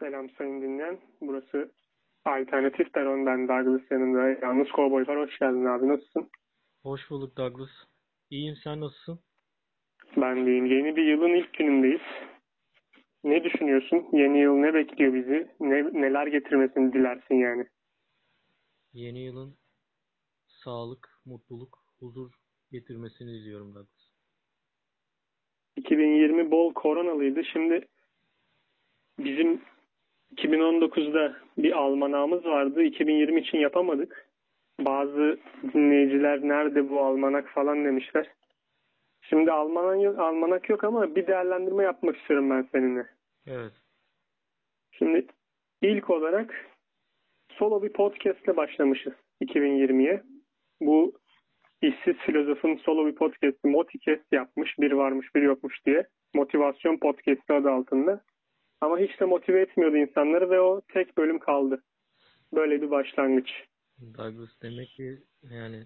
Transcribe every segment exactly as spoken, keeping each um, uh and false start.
Selam sayın dinleyen. Burası Alternatif Peron. Ben Douglas, yanında Yalnız Kovboy var. Hoş geldin abi. Nasılsın? Hoş bulduk Douglas. İyiyim, sen nasılsın? Ben deyim. Yeni bir yılın ilk günündeyiz. Ne düşünüyorsun? Yeni yıl ne bekliyor bizi? Ne, neler getirmesini dilersin yani? Yeni yılın sağlık, mutluluk, huzur getirmesini diliyorum Douglas. iki bin yirmi bol koronalıydı. Şimdi bizim iki bin on dokuzda bir almanağımız vardı. iki bin yirmi için yapamadık. Bazı dinleyiciler nerede bu almanak falan demişler. Şimdi almanak yok, almanak yok ama bir değerlendirme yapmak istiyorum ben seninle. Evet. Şimdi ilk olarak solo bir podcastle başlamışız iki bin yirmiye. Bu işsiz filozofun solo bir podcast'i Moticast yapmış. Bir varmış bir yokmuş diye. Motivasyon podcast'i adı altında. Ama hiç de motive etmiyordu insanları ve o tek bölüm kaldı. Böyle bir başlangıç. Douglas demek ki yani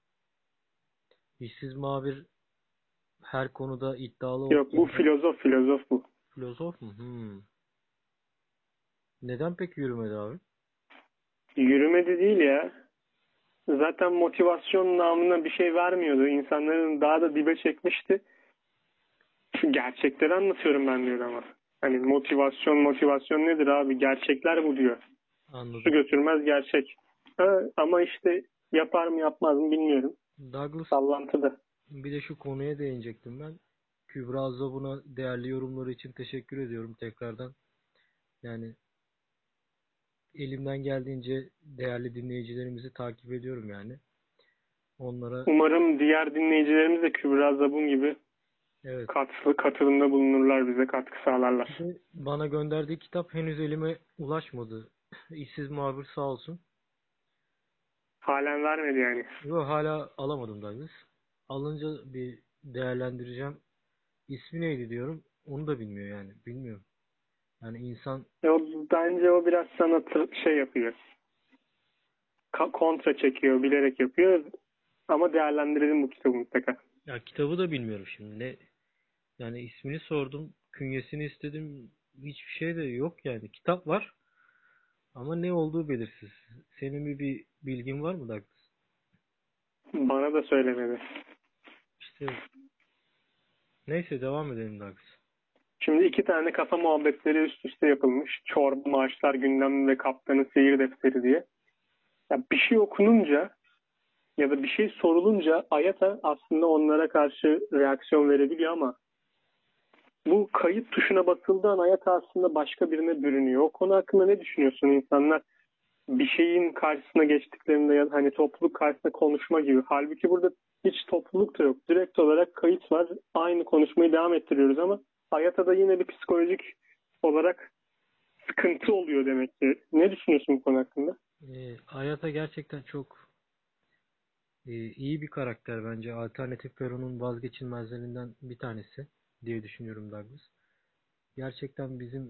işsiz muhabir her konuda iddialı Yok, bu olduğunda filozof filozof bu. filozof mu? Hmm. Neden pek yürümedi abi? Yürümedi değil ya. Zaten motivasyon namına bir şey vermiyordu. İnsanların daha da dibe çekmişti. Şu gerçekleri anlatıyorum ben diyor ama. Hani motivasyon motivasyon nedir abi? Gerçekler bu diyor. Su Anladım. götürmez gerçek. Ha, ama işte yapar mı yapmaz mı bilmiyorum. Douglas, Sallantıda. bir de şu konuya değinecektim ben. Kübra Zabun'a değerli yorumları için teşekkür ediyorum tekrardan. Yani elimden geldiğince değerli dinleyicilerimizi takip ediyorum yani. Onlara Umarım diğer dinleyicilerimiz de Kübra Zabun gibi evet. katkı, katılımda bulunurlar, bize katkı sağlarlar. Bir de bana gönderdiği kitap henüz elime ulaşmadı. İşsiz muhabir sağ olsun. Halen vermedi yani. Yok, hala alamadım Douglas. Alınca bir değerlendireceğim. İsmi neydi diyorum. Onu da bilmiyor yani. Bilmiyorum. Yani insan E o, bence o biraz sanatı şey yapıyor. Ka- kontra çekiyor, bilerek yapıyor. Ama değerlendirelim bu kitabı mutlaka. ya kitabı da bilmiyorum şimdi. Ne yani ismini sordum. Künyesini istedim. Hiçbir şey de yok yani. Kitap var ama ne olduğu belirsiz. Senin bir, bir bilgin var mı Douglas? Bana da söylemedi. İşte neyse devam edelim Douglas. Şimdi iki tane kafa muhabbetleri üst üste yapılmış. Çorba, maaşlar, gündem ve kaptanın seyir defteri diye. Ya bir şey okununca ya da bir şey sorulunca Ayata aslında onlara karşı reaksiyon verebiliyor ama bu kayıt tuşuna basıldığı an Ayata aslında başka birine bürünüyor. O konu hakkında ne düşünüyorsun? İnsanlar bir şeyin karşısına geçtiklerinde ya da hani topluluk karşısında konuşma gibi. Halbuki burada hiç topluluk da yok. Direkt olarak kayıt var. Aynı konuşmayı devam ettiriyoruz ama Ayata'da yine bir psikolojik olarak sıkıntı oluyor demek ki. Ne düşünüyorsun bu konu hakkında? Ee, Hayata gerçekten çok e, iyi bir karakter bence. Alternatif Peron'un vazgeçilmezlerinden bir tanesi diye düşünüyorum Douglas. Gerçekten bizim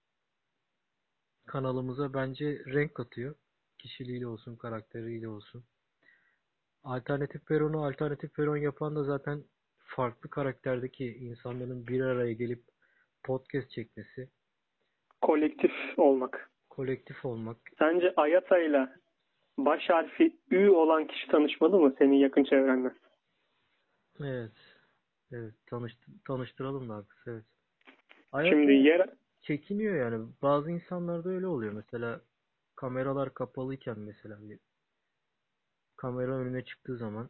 kanalımıza bence renk katıyor. Kişiliğiyle olsun, karakteriyle olsun. Alternatif Peron'u Alternatif Peron yapan da zaten farklı karakterdeki insanların bir araya gelip podcast çekmesi, Kolektif olmak. kolektif olmak. Sence Ayata'yla baş harfi Ü olan kişi tanışmalı mı senin yakın çevrende? Evet, evet tanıştı, tanıştıralım Douglas, evet. Hayata Şimdi yer çekiniyor yani. Bazı insanlarda öyle oluyor. Mesela kameralar kapalıyken mesela bir kamera önüne çıktığı zaman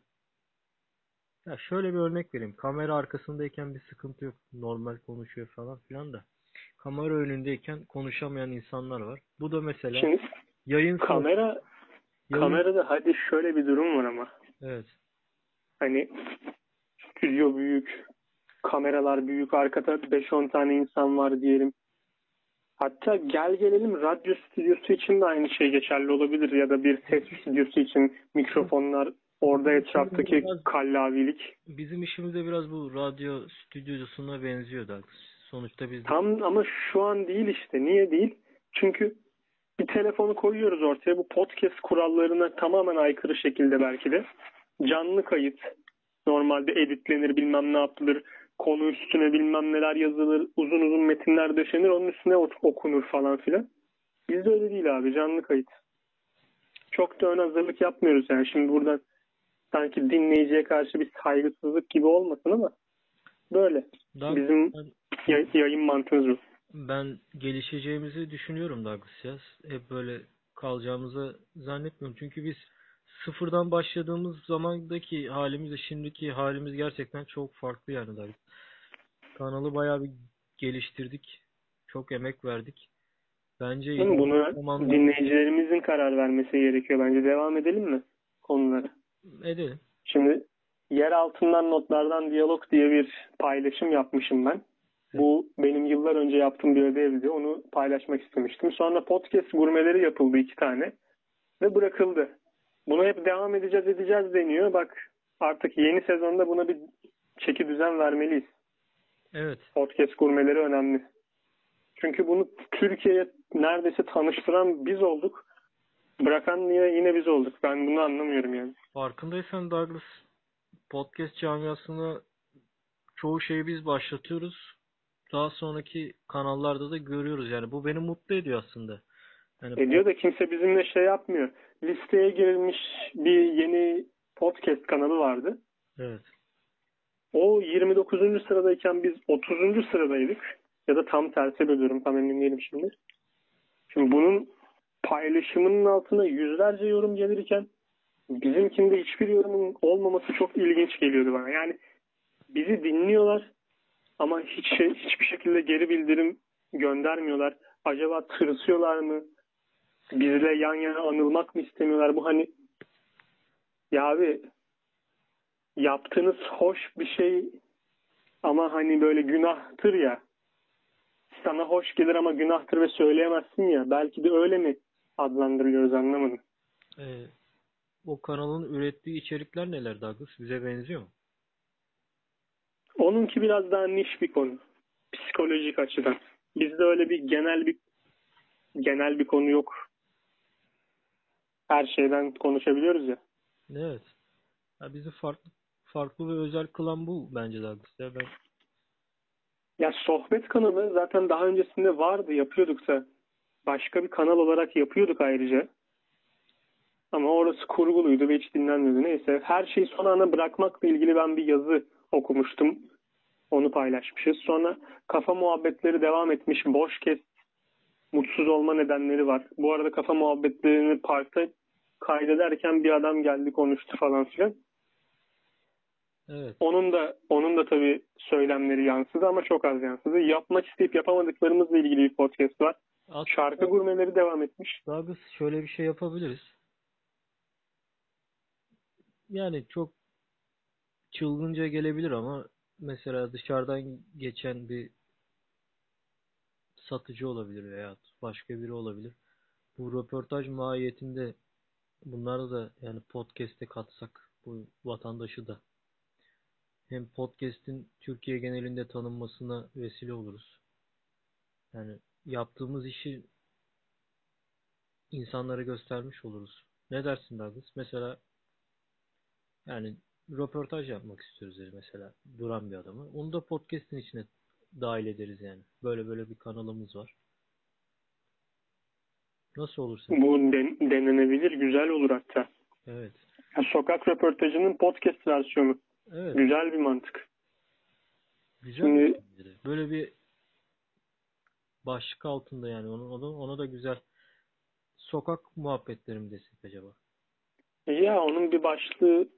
ya şöyle bir örnek vereyim. Kamera arkasındayken bir sıkıntı yok. Normal konuşuyor falan filan da. Kamera önündeyken konuşamayan insanlar var. Bu da mesela şimdi yayın sırası. kamera Yayın kamerada hadi şöyle bir durum var ama evet. hani stüdyo büyük, kameralar büyük, arkada beş on tane insan var diyelim. Hatta gel gelelim radyo stüdyosu için de aynı şey geçerli olabilir ya da bir ses stüdyosu için Bizim, mikrofonlar, orada bizim işimizde etraftaki biraz kallavilik. bizim işimizde biraz bu radyo stüdyosuna benziyor da. Sonuçta biz de Tam ama şu an değil işte. Niye değil? Çünkü bir telefonu koyuyoruz ortaya. Bu podcast kurallarına tamamen aykırı şekilde belki de. Canlı kayıt. Normalde editlenir bilmem ne yapılır. konu üstüne bilmem neler yazılır, uzun uzun metinler döşenir, onun üstüne okunur falan filan. Bizde öyle değil abi, canlı kayıt. Çok da ön hazırlık yapmıyoruz yani. Şimdi buradan sanki dinleyiciye karşı bir saygısızlık gibi olmasın ama böyle. Daha Bizim ben, yayın mantığımız bu. ben gelişeceğimizi düşünüyorum Douglas ya. Hep böyle kalacağımızı zannetmiyorum. Çünkü biz sıfırdan başladığımız zamandaki halimizle şimdiki halimiz gerçekten çok farklı yani Douglas. Kanalı bayağı bir geliştirdik. Çok emek verdik. Bence Değil mi? ilerleyen Buna zamanlarda dinleyicilerimizin karar vermesi gerekiyor. Bence devam edelim mi konulara? edelim. Şimdi yer altından notlardan diyalog diye bir paylaşım yapmışım ben. Evet. Bu benim yıllar önce yaptığım bir ödevdi. Onu paylaşmak istemiştim. Sonra podcast gurmeleri yapıldı iki tane ve bırakıldı. Buna hep devam edeceğiz edeceğiz deniyor. Bak artık yeni sezonda buna bir çeki düzen vermeliyiz. Evet. Podcast gurmeleri önemli. Çünkü bunu Türkiye'ye neredeyse tanıştıran biz olduk. Bırakan niye yine biz olduk. Ben bunu anlamıyorum yani. Farkındaysan Douglas, podcast camiasında çoğu şeyi biz başlatıyoruz. Daha sonraki kanallarda da görüyoruz. Yani bu beni mutlu ediyor aslında. Yani Ediyor da kimse bizimle şey yapmıyor. Listeye girilmiş bir yeni podcast kanalı vardı. evet. O yirmi dokuzuncu sıradayken biz otuzuncu sıradaydık. Ya da tam tersi bölüyorum. Tam emin değilim şimdi. Şimdi bunun paylaşımının altına yüzlerce yorum gelirken bizimkinde hiçbir yorumun olmaması çok ilginç geliyordu bana. Yani bizi dinliyorlar ama hiç şey, hiçbir şekilde geri bildirim göndermiyorlar. Acaba tırsıyorlar mı? Bizle yan yana anılmak mı istemiyorlar? Bu hani ya abi yaptığınız hoş bir şey ama hani böyle günahtır ya. Sana hoş gelir ama günahtır ve söyleyemezsin ya. Belki de öyle mi adlandırılıyoruz anlamadım. Ee, o kanalın ürettiği içerikler neler Douglas? Bize benziyor mu? Onunki biraz daha niş bir konu. Psikolojik açıdan. Bizde öyle bir genel bir genel bir konu yok. Her şeyden konuşabiliyoruz ya. Evet. Ya bizi farklı farklı ve özel kılan bu bence Douglas. Ya ben Ya sohbet kanalı zaten daha öncesinde vardı, yapıyorduk da. Başka bir kanal olarak yapıyorduk ayrıca. Ama orası kurguluydu ve hiç dinlenmiyordu. Neyse her şeyi son ana bırakmakla ilgili ben bir yazı okumuştum. Onu paylaşmışız. Sonra kafa muhabbetleri devam etmiş. Boş kes, mutsuz olma nedenleri var. Bu arada kafa muhabbetlerini parkta kaydederken bir adam geldi konuştu falan filan. evet. Onun da onun da tabii söylemleri yansıdı ama çok az yansıdı. Yapmak isteyip yapamadıklarımızla ilgili bir podcast var. Şarkı Aslında gurmeleri devam etmiş. Douglas şöyle bir şey yapabiliriz. Yani çok çılgınca gelebilir ama mesela dışarıdan geçen bir satıcı olabilir veya başka biri olabilir. Bu röportaj mahiyetinde bunları da yani podcast'e katsak bu vatandaşı da hem podcast'in Türkiye genelinde tanınmasına vesile oluruz. Yani yaptığımız işi insanlara göstermiş oluruz. Ne dersin Douglas? Mesela yani röportaj yapmak istiyoruz yani mesela duran bir adamı. Onu da podcast'in içine dahil ederiz yani. Böyle böyle bir kanalımız var. Nasıl olur sen? Bu den- denenebilir, güzel olur hatta. Evet. Ya, sokak röportajının podcast versiyonu. Evet. Güzel bir mantık. Güzel olur Şimdi bence de. Böyle bir başlık altında yani onu, onu, ona da güzel sokak muhabbetleri mi desek acaba? ya onun bir başlığı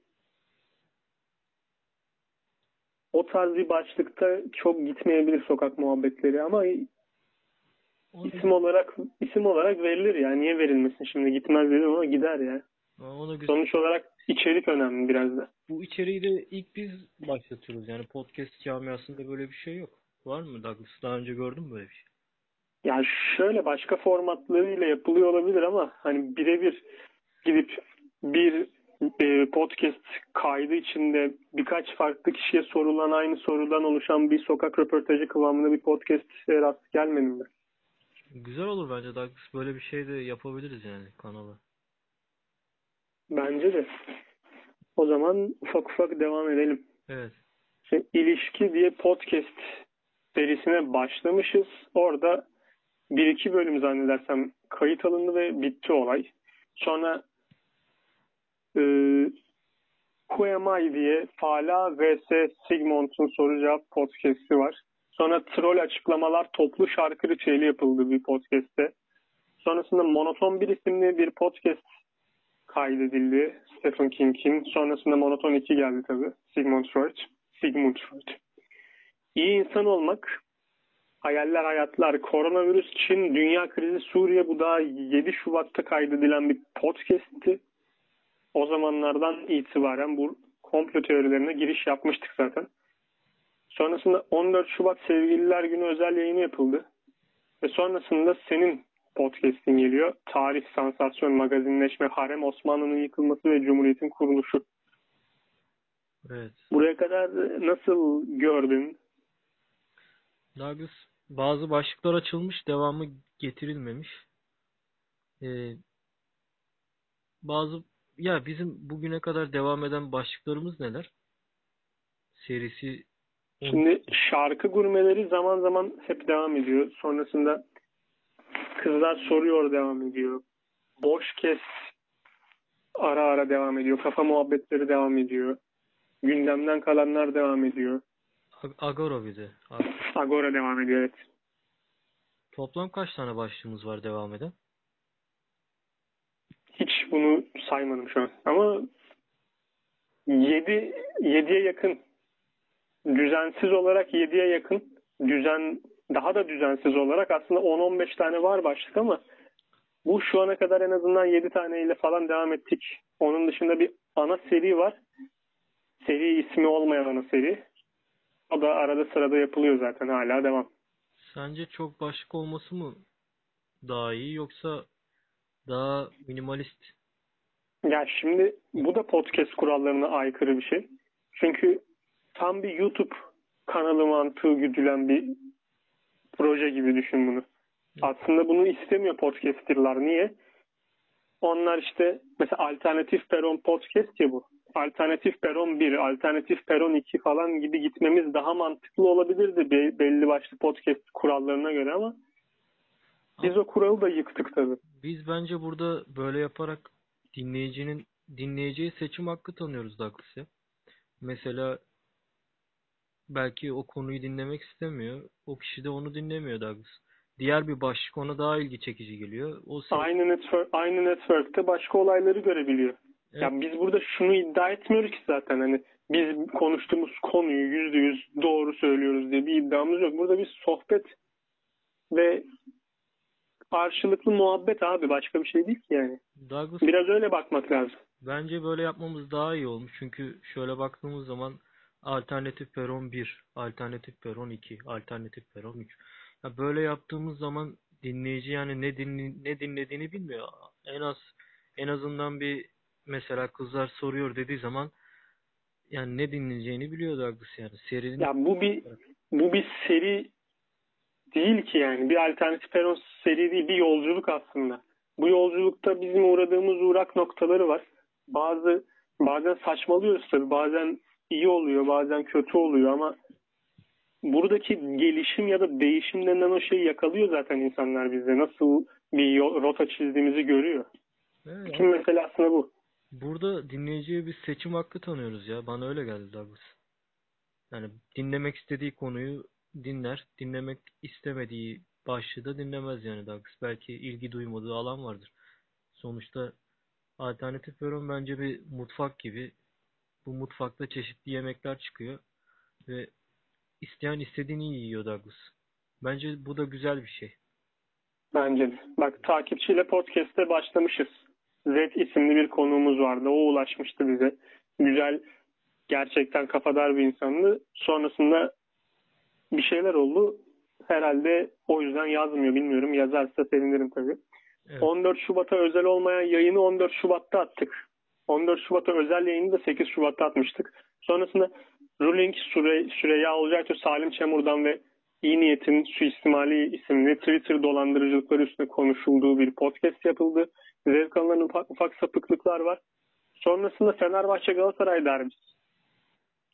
o tarz bir başlıkta çok gitmeyebilir sokak muhabbetleri ama Onu, isim olarak isim olarak verilir ya. Niye verilmesin şimdi? Gitmez dedim ama gider ya. ona güzel. Sonuç olarak içerik önemli biraz da. Bu içeriği de ilk biz başlatıyoruz. Yani podcast camiasında böyle bir şey yok. Var mı Douglas? Daha önce gördün mü böyle bir şey? Ya şöyle başka formatlarıyla yapılıyor olabilir ama hani birebir gidip bir e, podcast kaydı içinde birkaç farklı kişiye sorulan aynı sorudan oluşan bir sokak röportajı kıvamında bir podcast rast gelmedim ben. Güzel olur bence Douglas. Böyle bir şey de yapabiliriz yani kanala. Bence de. O zaman ufak ufak devam edelim. Evet. İşte İlişki diye podcast serisine başlamışız. Orada bir iki bölüm zannedersem kayıt alındı ve bitti olay. Sonra e, Who Am I diye Fala vs Sigmund'un soru cevap podcast'i var. Sonra troll açıklamalar toplu şarkı ritüeli yapıldı bir podcast'te. Sonrasında Monoton bir isimli bir podcast kaydedildi Stephen King'in. Sonrasında Monoton iki geldi tabii. Sigmund Freud. Sigmund Freud. İyi insan olmak, hayaller hayatlar, koronavirüs, Çin, dünya krizi, Suriye, bu da yedi Şubat'ta kaydedilen bir podcast'ti. O zamanlardan itibaren bu komplo teorilerine giriş yapmıştık zaten. Sonrasında on dört Şubat Sevgililer Günü özel yayını yapıldı. Ve sonrasında senin podcast'in geliyor. Tarih, sansasyon, magazinleşme, harem, Osmanlı'nın yıkılması ve Cumhuriyet'in kuruluşu. Evet. Buraya kadar nasıl gördün? Douglas, bazı başlıklar açılmış, devamı getirilmemiş. Ee, bazı ya bizim bugüne kadar devam eden başlıklarımız neler? Serisi on... Şimdi şarkı gurmeleri zaman zaman hep devam ediyor. Sonrasında kızlar soruyor devam ediyor. Boş kes ara ara devam ediyor. Kafa muhabbetleri devam ediyor. Gündemden kalanlar devam ediyor. Agora bir de. Ag- Agora devam ediyor, evet. Toplam kaç tane başlığımız var devam eden? Hiç bunu saymadım şu an. Ama yedi yediye yakın. Düzensiz olarak yediye yakın. Düzen daha da düzensiz olarak aslında on on beş tane var başlık ama bu şu ana kadar en azından yedi taneyle falan devam ettik. Onun dışında bir ana seri var. Seri ismi olmayan ana seri. O da arada sırada yapılıyor zaten, hala devam. Sence çok başlık olması mı daha iyi, yoksa daha minimalist? Ya şimdi bu da podcast kurallarına aykırı bir şey. Çünkü tam bir YouTube kanalı mantığı güdülen bir proje gibi düşün bunu. Aslında bunu istemiyor podcasterlar. Niye? Onlar işte mesela Alternatif Peron Podcast ya bu. Alternatif Peron bir, Alternatif Peron iki falan gibi gitmemiz daha mantıklı olabilirdi belli başlı podcast kurallarına göre ama biz Ama o kuralı da yıktık tabii. biz bence burada böyle yaparak dinleyicinin dinleyiciye seçim hakkı tanıyoruz Douglas ya. Mesela belki o konuyu dinlemek istemiyor. O kişi de onu dinlemiyor Douglas. Diğer bir başlık ona daha ilgi çekici geliyor. O se Aynı network, aynı network'te başka olayları görebiliyor. evet, Ya biz burada şunu iddia etmiyoruz ki zaten, hani biz konuştuğumuz konuyu yüzde yüz doğru söylüyoruz diye bir iddiamız yok. Burada bir sohbet ve karşılıklı muhabbet abi, başka bir şey değil ki yani. Douglas, Biraz öyle bakmak lazım. bence böyle yapmamız daha iyi olmuş. Çünkü şöyle baktığımız zaman alternatif peron bir, alternatif peron iki, alternatif peron üç. Ya böyle yaptığımız zaman dinleyici yani ne dinli, ne dinlediğini bilmiyor. En az en azından bir, mesela kızlar soruyor dediği zaman yani ne dinleyeceğini biliyor Douglas yani. Serinin Ya bu bir bu bir seri değil ki yani. Bir alternatif peron seri değil, bir yolculuk aslında. Bu yolculukta bizim uğradığımız uğrak noktaları var. Bazı bazen saçmalıyoruz tabii. Bazen iyi oluyor, bazen kötü oluyor ama buradaki gelişim ya da değişim denilen o şeyi yakalıyor zaten insanlar bizde. Nasıl bir yol, rota çizdiğimizi görüyor. evet, Bütün ama mesele aslında bu. burada dinleyiciye bir seçim hakkı tanıyoruz ya. Bana öyle geldi Douglas. Yani dinlemek istediği konuyu dinler, dinlemek istemediği başlığı da dinlemez yani Douglas. Belki ilgi duymadığı alan vardır. Sonuçta alternatif yorum bence bir mutfak gibi. Bu mutfakta çeşitli yemekler çıkıyor ve isteyen istediğini yiyor Douglas. Bence bu da güzel bir şey. Bence de. Bak, takipçiyle podcast'te başlamışız. Z isimli bir konuğumuz vardı. O ulaşmıştı bize. Güzel, gerçekten kafadar bir insandı. Sonrasında bir şeyler oldu. Herhalde o yüzden yazmıyor, bilmiyorum. Yazarsa sevinirim tabii. Evet. on dört Şubat'a özel olmayan yayını on dört Şubat'ta attık. on dört Şubat'a özel yayını da sekiz Şubat'ta atmıştık. Sonrasında Ruling Süre, Süreyya Olcaytürk, Salim Çamur'dan ve İyi Niyet'in Suistimali isimli Twitter dolandırıcılıkları üstüne konuşulduğu bir podcast yapıldı. Zevk alınan ufak, ufak sapıklıklar var. Sonrasında Fenerbahçe Galatasaray derbisi.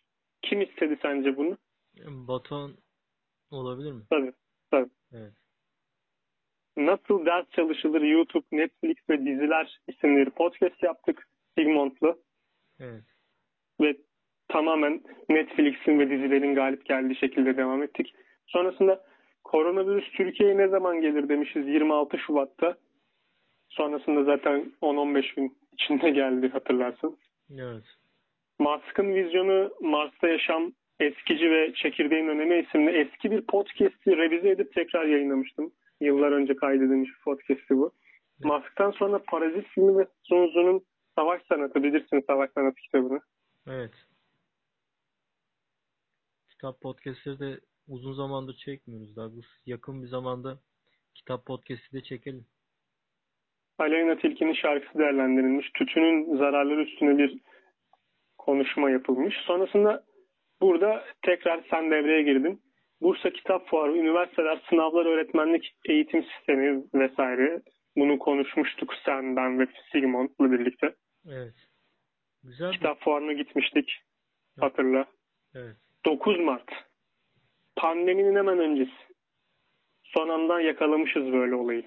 Kim istedi sence bunu? Batuhan olabilir mi? Tabii. Tabii. Evet. Nasıl ders çalışılır YouTube, Netflix ve diziler isimleri podcast yaptık Sigmund'la. Evet. Ve tamamen Netflix'in ve dizilerin galip geldiği şekilde devam ettik. Sonrasında koronavirüs Türkiye'ye ne zaman gelir demişiz yirmi altı Şubat'ta. Sonrasında zaten on on beş gün içinde geldi hatırlarsın. Evet. Musk'ın vizyonu Mars'ta yaşam eskici ve çekirdeğin önemi isimli eski bir podcast'i revize edip tekrar yayınlamıştım. Yıllar önce kaydedilmiş bir podcast'i bu. Evet. Musk'tan sonra Parazit filmi ve Sun Tzu'nun Savaş Sanatı, bilirsin Savaş Sanatı kitabını. Evet. Kitap podcastleri de uzun zamandır çekmiyoruz Douglas. Yakın bir zamanda kitap podcast'i de çekelim. Aleyna Tilki'nin şarkısı değerlendirilmiş. Tütünün zararları üstüne bir konuşma yapılmış. Sonrasında burada tekrar sen devreye girdin. Bursa Kitap Fuarı, üniversiteler, sınavlar, öğretmenlik, eğitim sistemi vesaire. Bunu konuşmuştuk sen, ben ve Sigmund'la birlikte. Evet. Güzel bir... Kitap fuarına gitmiştik. Evet. Hatırla. Evet. dokuz Mart. Pandeminin hemen öncesi. Son andan yakalamışız böyle olayı.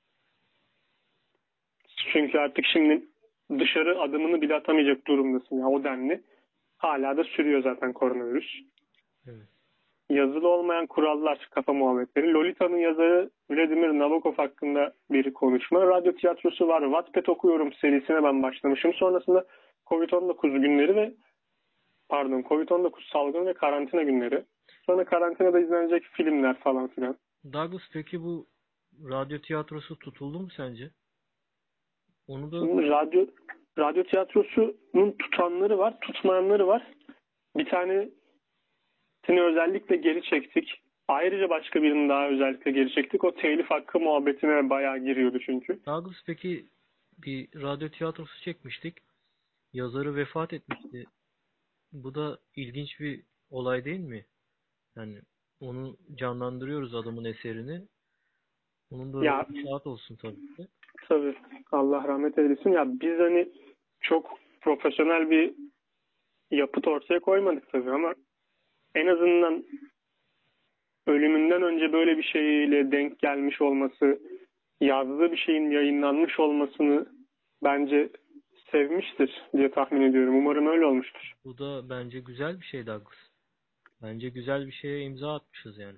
Çünkü artık şimdi dışarı adımını bile atamayacak durumdasın. Ya o denli. Hala da sürüyor zaten koronavirüs. Evet. Yazılı olmayan kurallar, kafa muhabbetleri. Lolita'nın yazarı Vladimir Nabokov hakkında bir konuşma. Radyo tiyatrosu var. Wattpad okuyorum serisine ben başlamışım. Sonrasında covid on dokuz günleri ve pardon covid on dokuz salgını ve karantina günleri. Sonra karantinada izlenecek filmler falan filan. Douglas, peki bu radyo tiyatrosu tutuldu mu sence? Onu da Şimdi radyo radyo tiyatrosunun tutanları var, tutmayanları var. Bir tanesini özellikle geri çektik. Ayrıca başka birini daha özellikle geri çektik. O telif hakkı muhabbetine bayağı giriyordu çünkü. Douglas, peki bir radyo tiyatrosu çekmiştik. Yazarı vefat etmişti. Bu da ilginç bir olay değil mi? Yani onu canlandırıyoruz, adamın eserini. Onun da Ya ruhu şad olsun tabii ki. tabii Allah rahmet eylesin. Ya biz hani çok profesyonel bir yapıt ortaya koymadık tabii ama en azından ölümünden önce böyle bir şeyle denk gelmiş olması, yazdığı bir şeyin yayınlanmış olmasını bence sevmiştir diye tahmin ediyorum. Umarım öyle olmuştur. Bu da bence güzel bir şey Douglas. Bence güzel bir şeye imza atmışız yani.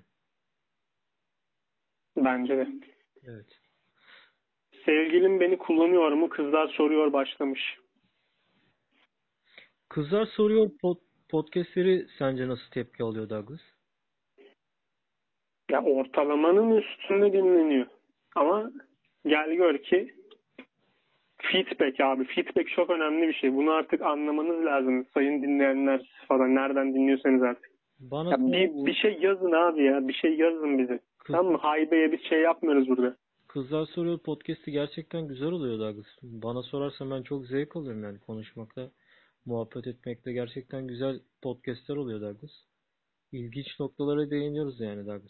Bence de. Evet. Sevgilim beni kullanıyor mu? Kızlar soruyor başlamış. Kızlar Soruyor pod podcastleri sence nasıl tepki alıyor Douglas? Ya ortalamanın üstünde dinleniyor. Ama gel gör ki feedback abi. Feedback çok önemli bir şey. Bunu artık anlamanız lazım. Sayın dinleyenler falan. Nereden dinliyorsanız artık. Bana Ya bir, sorarsan bir şey yazın abi ya. Bir şey yazın bize. kız, Tamam mı? Haybeye bir şey yapmıyoruz burada. Kızlar Soruyor podcast'i gerçekten güzel oluyor Douglas. Bana sorarsan ben çok zevk alıyorum yani konuşmakta, muhabbet etmekte gerçekten güzel podcast'ler oluyor Douglas. İlginç noktalara değiniyoruz yani Douglas.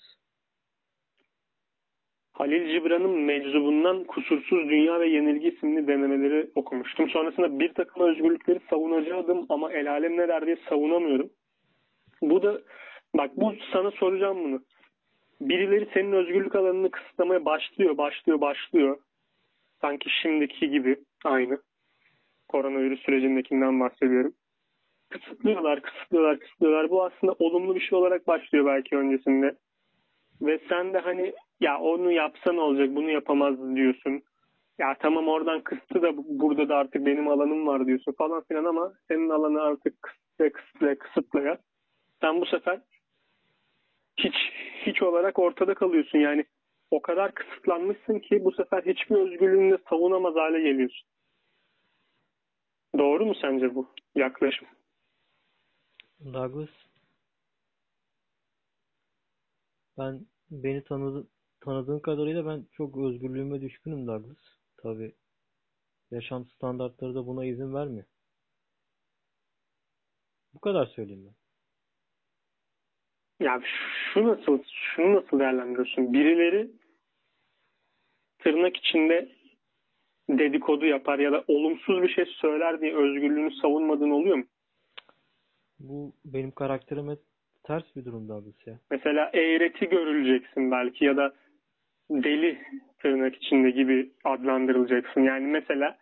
Halil Cibran'ın Meczubundan Kusursuz Dünya ve Yenilgi isimli denemeleri okumuştum. Sonrasında bir takım özgürlükleri savunacaktım ama el alem ne der diye savunamıyorum. Bu da bak bu sana soracağım bunu. Birileri senin özgürlük alanını kısıtlamaya başlıyor, başlıyor, başlıyor. Sanki şimdiki gibi aynı. Koronavirüs sürecindekinden bahsediyorum. Kısıtlıyorlar, kısıtlıyorlar, kısıtlıyorlar. Bu aslında olumlu bir şey olarak başlıyor belki öncesinde. Ve sen de hani ya onu yapsan olacak, bunu yapamaz diyorsun. Ya tamam oradan kısıtlı da burada da artık benim alanım var diyorsun falan filan ama senin alanı artık kısıtlaya kısıtlaya kısıtlaya. Sen bu sefer hiç hiç olarak ortada kalıyorsun. Yani o kadar kısıtlanmışsın ki bu sefer hiçbir özgürlüğünü de savunamaz hale geliyorsun. Doğru mu sence bu yaklaşım? Douglas, ben beni tanıdı, tanıdığın kadarıyla ben çok özgürlüğüme düşkünüm Douglas. Tabii yaşam standartları da buna izin vermiyor. Bu kadar söyleyeyim ben. Ya şu nasıl, şunu nasıl değerlendiriyorsun? Birileri tırnak içinde dedikodu yapar ya da olumsuz bir şey söyler diye özgürlüğünü savunmadığın oluyor mu? Bu benim karakterime ters bir durum Douglas ya. Mesela eğreti görüleceksin belki ya da deli tırnak içinde gibi adlandırılacaksın. Yani mesela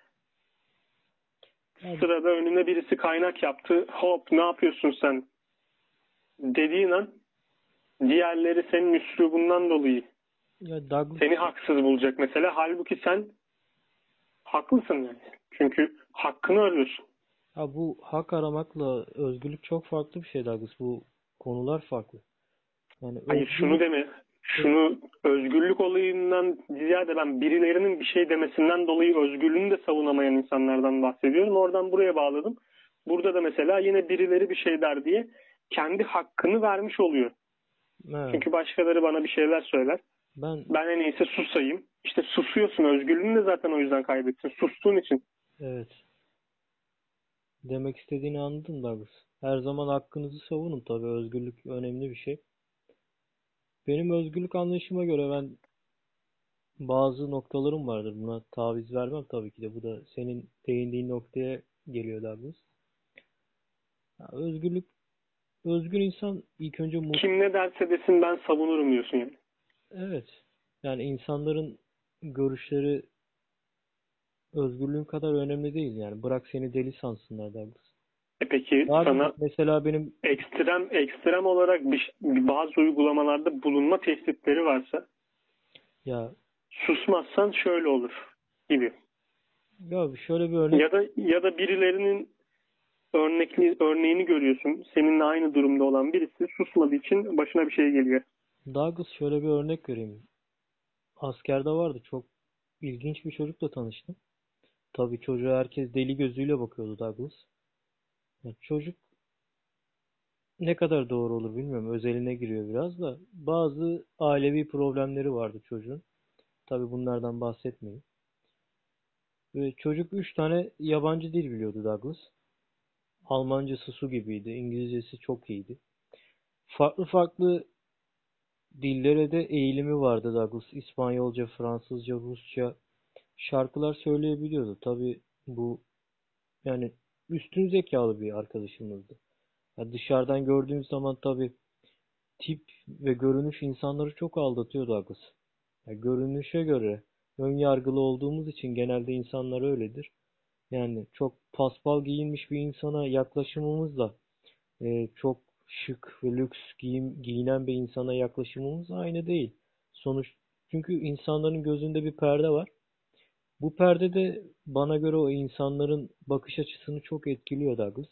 Abi, sırada önüne birisi kaynak yaptı. Hop ne yapıyorsun sen dediğin an diğerleri senin üslubundan dolayı ya Douglas, seni haksız bulacak mesela. Halbuki sen haklısın yani. Çünkü hakkını arıyorsun. ha bu hak aramakla özgürlük çok farklı bir şey Douglas. Bu konular farklı. Yani Hayır şunu özgürlük deme. ö- Şunu özgürlük olayından ziyade ben birilerinin bir şey demesinden dolayı özgürlüğünü de savunamayan insanlardan bahsediyorum. Oradan buraya bağladım. Burada da mesela yine birileri bir şey der diye kendi hakkını vermiş oluyor. ha, Çünkü başkaları bana bir şeyler söyler. ben Ben en iyisi susayım. İşte susuyorsun. Özgürlüğünü de zaten o yüzden kaybettin. Sustuğun için. evet, demek istediğini anladım Douglas. Her zaman hakkınızı savunun tabii, özgürlük önemli bir şey. Benim özgürlük anlayışıma göre ben bazı noktalarım vardır. Buna taviz vermem tabii ki de. Bu da senin değindiğin noktaya geliyor Douglas. Ya özgürlük, özgür insan ilk önce mut, Kim ne derse desin ben savunurum diyorsun yani. evet. Yani insanların görüşleri özgürlüğün kadar önemli değil yani. Bırak seni deli sansınlar Douglas. E peki Bazı sana mesela benim ekstrem ekstrem olarak bir, bazı uygulamalarda bulunma tehditleri varsa ya susmazsan şöyle olur gibi. ya şöyle bir örnek Ya da ya da birilerinin örnekli örneğini görüyorsun. Seninle aynı durumda olan birisi susmadığı için başına bir şey geliyor. Douglas, şöyle bir örnek vereyim. Askerde vardı, çok ilginç bir çocukla tanıştım. Tabii çocuğa herkes deli gözüyle bakıyordu Douglas. Ya çocuk, ne kadar doğru olur bilmiyorum. Özeline giriyor biraz da. Bazı ailevi problemleri vardı çocuğun. Tabii bunlardan bahsetmeyin. Ve çocuk üç tane yabancı dil biliyordu Douglas. Almancası su gibiydi. İngilizcesi çok iyiydi. Farklı farklı dillere de eğilimi vardı Douglas. İspanyolca, Fransızca, Rusça şarkılar söyleyebiliyordu. Tabii bu, yani üstün zekalı bir arkadaşımızdı. Ya dışarıdan gördüğünüz zaman tabii tip ve görünüş insanları çok aldatıyor Douglas. Ya görünüşe göre ön yargılı olduğumuz için genelde insanlar öyledir. Yani çok paspal giyinmiş bir insana yaklaşımımızla e, çok şık ve lüks giyim, giyinen bir insana yaklaşımımız aynı değil. Sonuç, çünkü insanların gözünde bir perde var. Bu perde de bana göre o insanların bakış açısını çok etkiliyor Douglas.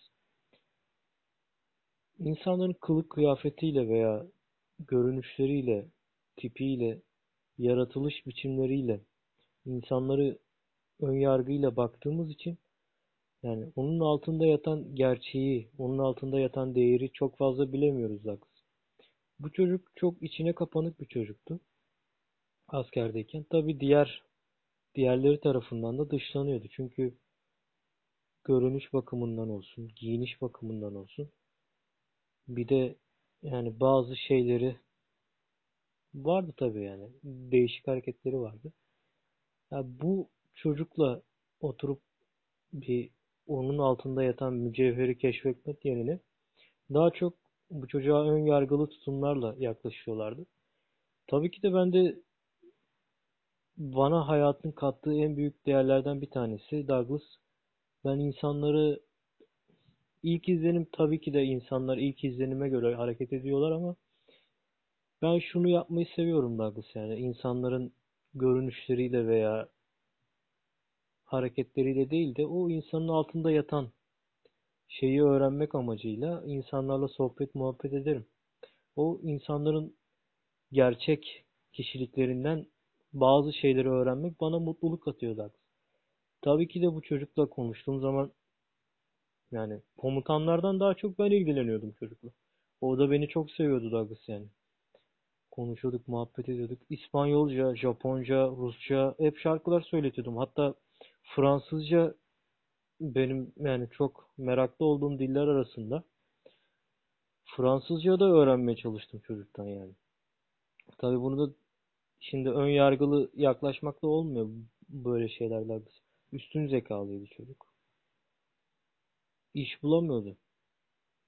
İnsanların kılık kıyafetiyle veya görünüşleriyle, tipiyle, yaratılış biçimleriyle, insanları ön yargıyla baktığımız için, yani onun altında yatan gerçeği, onun altında yatan değeri çok fazla bilemiyoruz Douglas. Bu çocuk çok içine kapanık bir çocuktu askerdeyken. Tabii diğer diğerleri tarafından da dışlanıyordu. Çünkü görünüş bakımından olsun, giyiniş bakımından olsun. Bir de yani bazı şeyleri vardı tabii yani. Değişik hareketleri vardı. Ya bu çocukla oturup bir onun altında yatan mücevheri keşfetmek yerine daha çok bu çocuğa ön yargılı tutumlarla yaklaşıyorlardı. Tabii ki de ben de, bana hayatın kattığı en büyük değerlerden bir tanesi Douglas. Ben insanları, ilk izlenim, tabii ki de insanlar ilk izlenime göre hareket ediyorlar ama ben şunu yapmayı seviyorum Douglas, yani insanların görünüşleriyle veya hareketleriyle değil de o insanın altında yatan şeyi öğrenmek amacıyla insanlarla sohbet muhabbet ederim. O insanların gerçek kişiliklerinden bazı şeyleri öğrenmek bana mutluluk atıyor Douglas. Tabii ki de bu çocukla konuştuğum zaman, yani komutanlardan daha çok ben ilgileniyordum çocukla. O da beni çok seviyordu Douglas yani. Konuşuyorduk, muhabbet ediyorduk. İspanyolca, Japonca, Rusça hep şarkılar söyletiyordum. Hatta Fransızca benim yani çok meraklı olduğum diller arasında. Fransızca da öğrenmeye çalıştım çocuktan yani. Tabii bunu da şimdi ön yargılı yaklaşmakla olmuyor böyle şeylerle. Üstün zekalıydı çocuk. İş bulamıyordu.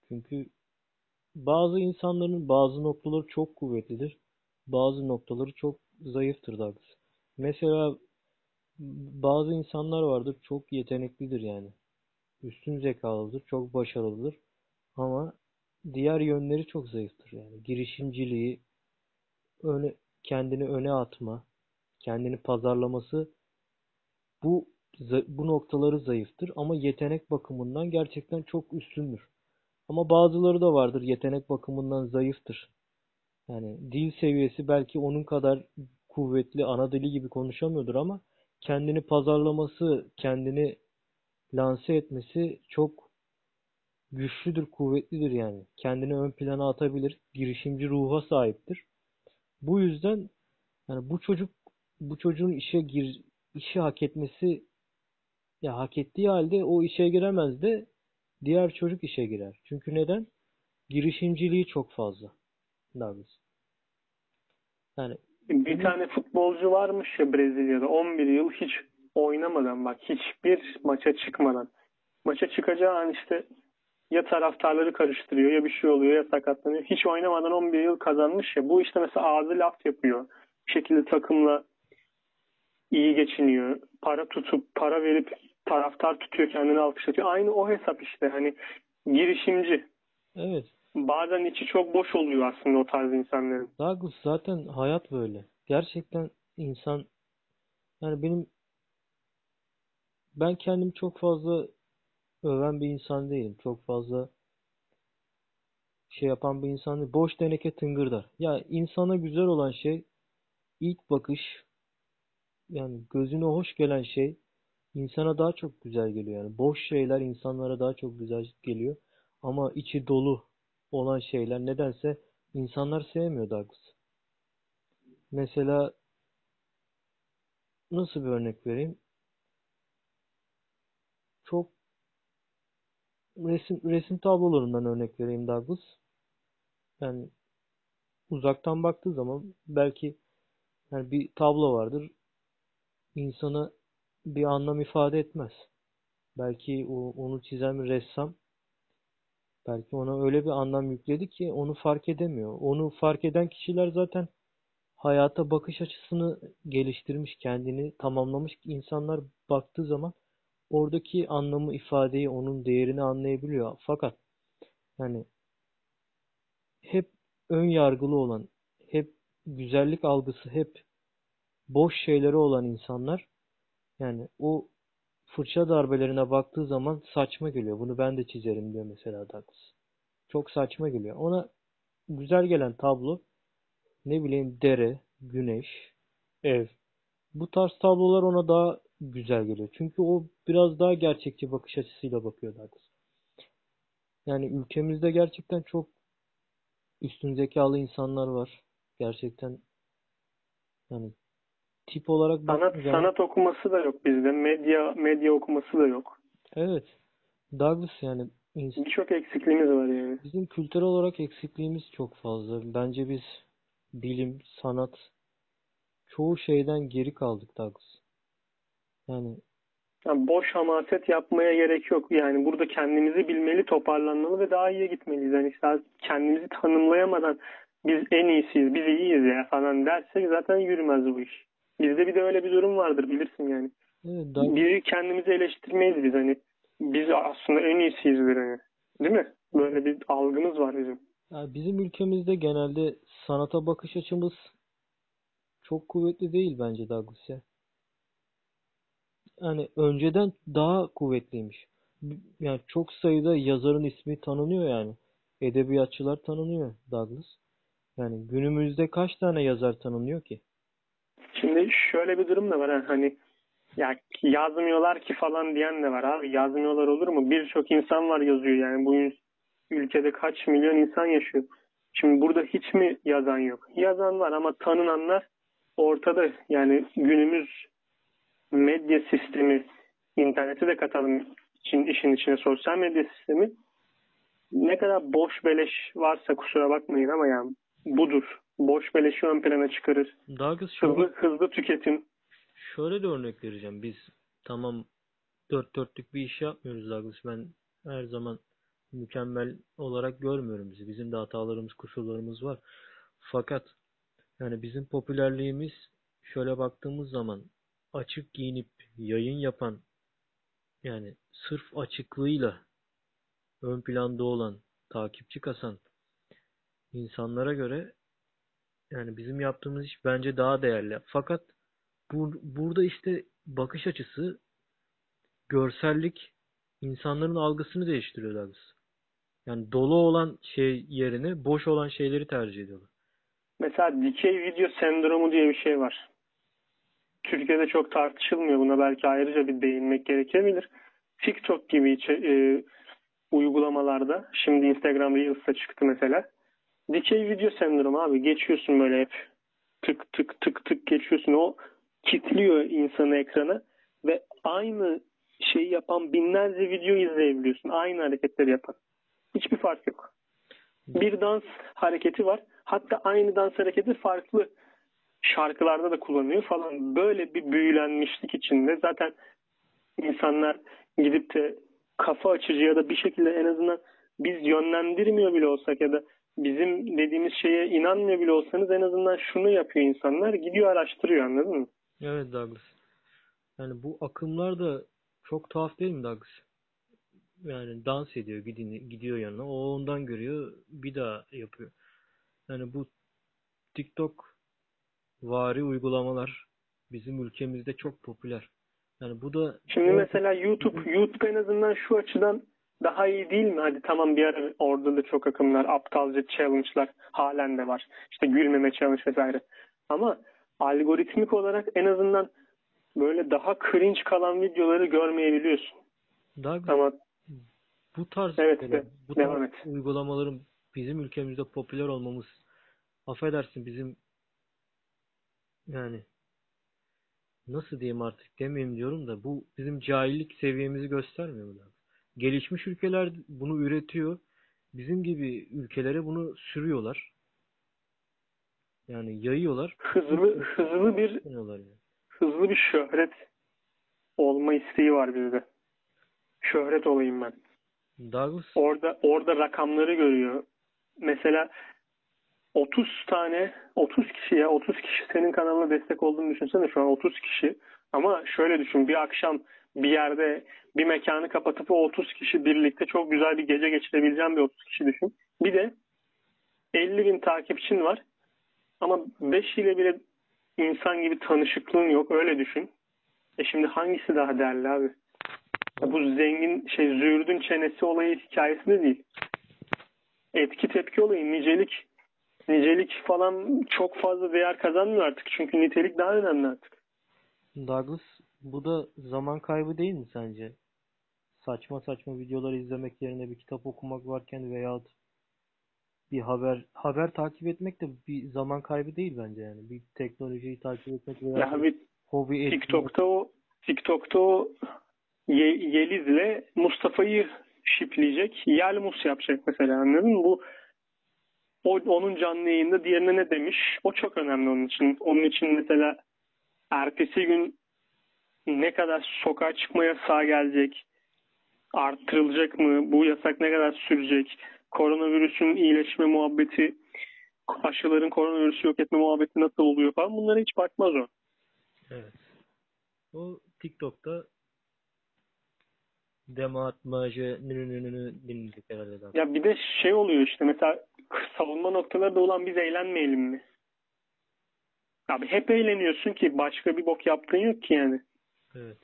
Çünkü bazı insanların bazı noktaları çok kuvvetlidir. Bazı noktaları çok zayıftır Douglas. Mesela bazı insanlar vardır çok yeteneklidir yani. Üstün zekalıdır, çok başarılıdır. Ama diğer yönleri çok zayıftır yani. Girişimciliği, öne, kendini öne atma, kendini pazarlaması bu bu noktaları zayıftır ama yetenek bakımından gerçekten çok üstündür. Ama bazıları da vardır yetenek bakımından zayıftır. Yani dil seviyesi belki onun kadar kuvvetli, ana dili gibi konuşamıyordur ama kendini pazarlaması, kendini lanse etmesi çok güçlüdür, kuvvetlidir yani. Kendini ön plana atabilir, girişimci ruha sahiptir. Bu yüzden yani bu çocuk bu çocuğun işe gir işi hak etmesi, ya hak ettiği halde o işe giremez de diğer çocuk işe girer. Çünkü neden? Girişimciliği çok fazla. Douglas. Yani Bir benim tane futbolcu varmış ya Brezilya'da on bir yıl hiç oynamadan bak hiçbir maça çıkmadan. Maça çıkacağı an işte ya taraftarları karıştırıyor ya bir şey oluyor ya sakatlanıyor. Hiç oynamadan on bir yıl kazanmış ya. Bu işte mesela ağzı laf yapıyor. Bir şekilde takımla iyi geçiniyor. Para tutup para verip taraftar tutuyor kendini alkışlatıyor. Aynı o hesap işte hani girişimci. evet, Bazen içi çok boş oluyor aslında o tarz insanların. Douglas zaten hayat böyle. Gerçekten insan yani benim ben kendimi çok fazla öven bir insan değilim. Çok fazla şey yapan bir insan değilim. Boş teneke tıngırdar. Ya insana güzel olan şey ilk bakış, yani gözüne hoş gelen şey insana daha çok güzel geliyor. Yani boş şeyler insanlara daha çok güzel geliyor. Ama içi dolu olan şeyler nedense insanlar sevmiyor Douglas. Mesela nasıl bir örnek vereyim? Çok resim resim tablolarından örnek vereyim Douglas. Yani uzaktan baktığı zaman belki yani bir tablo vardır. İnsana bir anlam ifade etmez. Belki o, onu çizen bir ressam belki ona öyle bir anlam yükledi ki onu fark edemiyor. Onu fark eden kişiler zaten hayata bakış açısını geliştirmiş, kendini tamamlamış insanlar baktığı zaman oradaki anlamı, ifadeyi, onun değerini anlayabiliyor. Fakat yani hep ön yargılı olan, hep güzellik algısı, hep boş şeyleri olan insanlar yani o fırça darbelerine baktığı zaman saçma geliyor. Bunu ben de çizerim diyor mesela Douglas. Çok saçma geliyor. Ona güzel gelen tablo ne bileyim dere, güneş, ev. Bu tarz tablolar ona daha güzel geliyor. Çünkü o biraz daha gerçekçi bakış açısıyla bakıyor Douglas. Yani ülkemizde gerçekten çok üstün zekalı insanlar var. Gerçekten yani tip olarak Sanat baktığın zaman sanat okuması da yok bizde. Medya medya okuması da yok. evet Douglas yani ins- Birçok eksikliğimiz var yani. bizim kültürel olarak eksikliğimiz çok fazla. Bence biz bilim, sanat çoğu şeyden geri kaldık Douglas. Yani Yani boş hamaset yapmaya gerek yok. Yani burada kendimizi bilmeli, toparlanmalı ve daha iyiye gitmeliyiz. Yani işte kendimizi tanımlayamadan biz en iyisiyiz, biz iyiyiz ya falan dersek zaten yürümez bu iş. Bizde bir de öyle bir durum vardır bilirsin yani. evet Douglas Biri kendimizi eleştirmeyiz biz hani. Biz aslında en iyisiyizdir hani. Değil mi? Böyle bir algımız var bizim. ya bizim ülkemizde genelde sanata bakış açımız çok kuvvetli değil bence Douglas ya. Yani önceden daha kuvvetliymiş. Yani çok sayıda yazarın ismi tanınıyor yani. Edebiyatçılar tanınıyor Douglas. Yani günümüzde kaç tane yazar tanınıyor ki? Şimdi şöyle bir durum da var ha, hani ya yazmıyorlar ki falan diyen de var abi. Yazmıyorlar olur mu? Birçok insan var yazıyor yani. Bu ülkede kaç milyon insan yaşıyor. Şimdi burada hiç mi yazan yok? Yazan var ama tanınanlar ortada. Yani günümüz medya sistemi, interneti de katalım için, işin içine sosyal medya sistemi ne kadar boş beleş varsa kusura bakmayın ama yani budur. Boş beleşi ön plana çıkarır. Douglas şöyle Hızlı hızlı tüketim. şöyle de örnek vereceğim. Biz tamam dört dörtlük bir iş yapmıyoruz Douglas. Ben her zaman mükemmel olarak görmüyorum bizi. Bizim de hatalarımız, kusurlarımız var. Fakat yani bizim popülerliğimiz şöyle baktığımız zaman açık giyinip yayın yapan, yani sırf açıklığıyla ön planda olan, takipçi kasan insanlara göre yani bizim yaptığımız iş bence daha değerli. Fakat bu, burada işte bakış açısı, görsellik insanların algısını değiştiriyor Douglas. Yani dolu olan şey yerine boş olan şeyleri tercih ediyorlar. Mesela dikey video sendromu diye bir şey var. Türkiye'de çok tartışılmıyor. Buna belki ayrıca bir değinmek gerekebilir. TikTok gibi içe- e, uygulamalarda, şimdi Instagram Reels'ta çıktı mesela. Dikey video sendromu abi. Geçiyorsun böyle hep. Tık tık tık tık geçiyorsun. O kitliyor insanı ekrana ve aynı şeyi yapan binlerce video izleyebiliyorsun. Aynı hareketleri yapan. Hiçbir fark yok. Bir dans hareketi var. Hatta aynı dans hareketi farklı şarkılarda da kullanıyor falan. Böyle bir büyülenmişlik içinde. Zaten insanlar gidip de kafa açıcı ya da bir şekilde en azından biz yönlendirmiyor bile olsak ya da bizim dediğimiz şeye inanmıyor bile olsanız en azından şunu yapıyor insanlar. Gidiyor araştırıyor, anladın mı? Evet Douglas. Yani bu akımlar da çok tuhaf değil mi Douglas? Yani dans ediyor, gidin- gidiyor yanına. O ondan görüyor, bir daha yapıyor. Yani bu TikTok vari uygulamalar bizim ülkemizde çok popüler. Yani bu da Şimdi mesela YouTube, YouTube en azından şu açıdan daha iyi değil mi? Hadi tamam, bir ara orada da çok akımlar, aptalca challenge'lar halen de var. İşte gülmeme challenge vesaire. Ama algoritmik olarak en azından böyle daha cringe kalan videoları görmeyebiliyorsun. Douglas, Ama bu tarz evet şeyler, de bu tarz devam et. uygulamaların bizim ülkemizde popüler olmamız, affedersin, bizim yani nasıl diyeyim, artık demeyeyim diyorum da, bu bizim cahillik seviyemizi göstermiyor mu Douglas? Gelişmiş ülkeler bunu üretiyor. Bizim gibi ülkelere bunu sürüyorlar. Yani yayıyorlar. Hızlı hızlı bir Yapıyorlar yani. hızlı bir şöhret olma isteği var bizde. Şöhret olayım ben. Douglas, Orada orada rakamları görüyor. Mesela otuz tane otuz kişi, ya otuz kişi senin kanalına destek olduğunu düşünsene, şu an otuz kişi. Ama şöyle düşün, bir akşam bir yerde bir mekanı kapatıp o otuz kişi birlikte çok güzel bir gece geçirebileceğin bir otuz kişi düşün. Bir de elli bin takipçin var ama beş ile bile insan gibi tanışıklığın yok, öyle düşün. E şimdi hangisi daha değerli abi? Ya bu zengin şey züğürdün çenesi olayı hikayesi de değil. Etki tepki olayı, nicelik nicelik falan çok fazla değer kazanmıyor artık. Çünkü nitelik daha önemli artık. Douglas, bu da zaman kaybı değil mi sence? Saçma saçma videoları izlemek yerine bir kitap okumak varken veyahut bir haber haber takip etmek de bir zaman kaybı değil bence yani. Bir teknolojiyi takip etmek veya Ya bir bir hobi edinmek. TikTok'ta o TikTok'ta o Ye- Yeliz'le Mustafa'yı şipleyecek. Yelmus yapacak mesela, anladın mı? Bu o, onun canlı yayında diğerine ne demiş? O çok önemli onun için. Onun için mesela ertesi gün ne kadar sokağa çıkma yasağı gelecek? Arttırılacak mı? Bu yasak ne kadar sürecek? Koronavirüsün iyileşme muhabbeti, aşıların koronavirüsü yok etme muhabbeti nasıl oluyor falan, bunlara hiç bakmaz o. Evet. O TikTok'ta dema atmaca nünününü dinleyecek herhalde daha. Ya bir de şey oluyor işte, mesela savunma noktaları da olan biz eğlenmeyelim mi? Abi hep eğleniyorsun ki, başka bir bok yaptığın yok ki yani. Evet.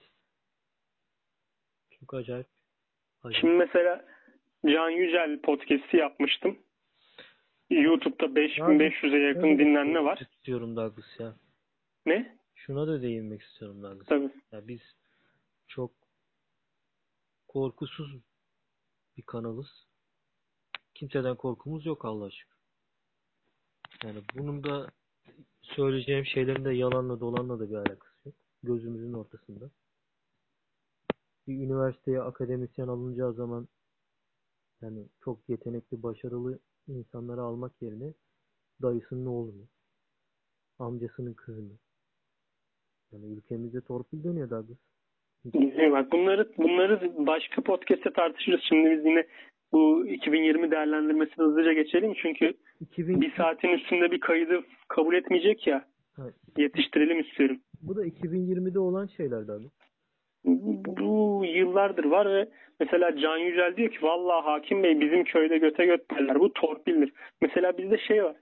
Çok acayip. Şimdi Acayip. mesela Can Yücel podcast'i yapmıştım. YouTube'da Douglas, beş bin beş yüze şuna yakın da dinlenme değinmek var. istiyorum Douglas ya. Ne? Şuna da değinmek istiyorum Douglas. Tabii. Ya biz çok korkusuz bir kanalız. Kimseden korkumuz yok Allah'a şükür. Yani bunun da söyleyeceğim şeylerin de yalanla dolanla da bir alakası yok. Gözümüzün ortasında. Bir üniversiteye akademisyen alınacağı zaman yani çok yetenekli, başarılı insanları almak yerine dayısının oğlunu, amcasının kızını. Yani ülkemizde torpil dönüyor Douglas. Bak bunları bunları başka podcast'te tartışırız. Şimdi biz yine Bu iki bin yirmi değerlendirmesini hızlıca geçelim çünkü iki bin... bir saatin üstünde bir kaydı kabul etmeyecek ya. Evet. Yetiştirelim istiyorum. Bu da iki bin yirmide olan şeylerdi abi. Bu yıllardır var ve mesela Can Yücel diyor ki vallahi hakim bey bizim köyde göte göt derler. Bu torpildir. Mesela bizde şey var.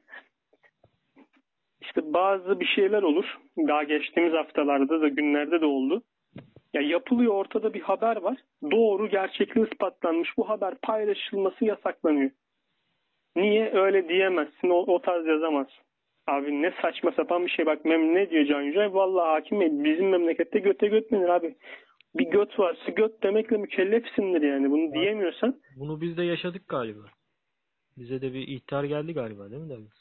İşte bazı bir şeyler olur. Daha geçtiğimiz haftalarda da günlerde de oldu. Ya yapılıyor, ortada bir haber var. Doğru, gerçekliği ispatlanmış. Bu haber paylaşılması yasaklanıyor. Niye öyle diyemezsin? O, o tarz yazamazsın. Abi ne saçma sapan bir şey. Bak mem ne diyor Can Yücel? Vallahi hakim bey bizim memlekette göte göt denir abi. Bir göt varsa göt demekle mükellefsindir yani. Bunu Bak, diyemiyorsan bunu biz de yaşadık galiba. Bize de bir ihtar geldi galiba değil mi Douglas?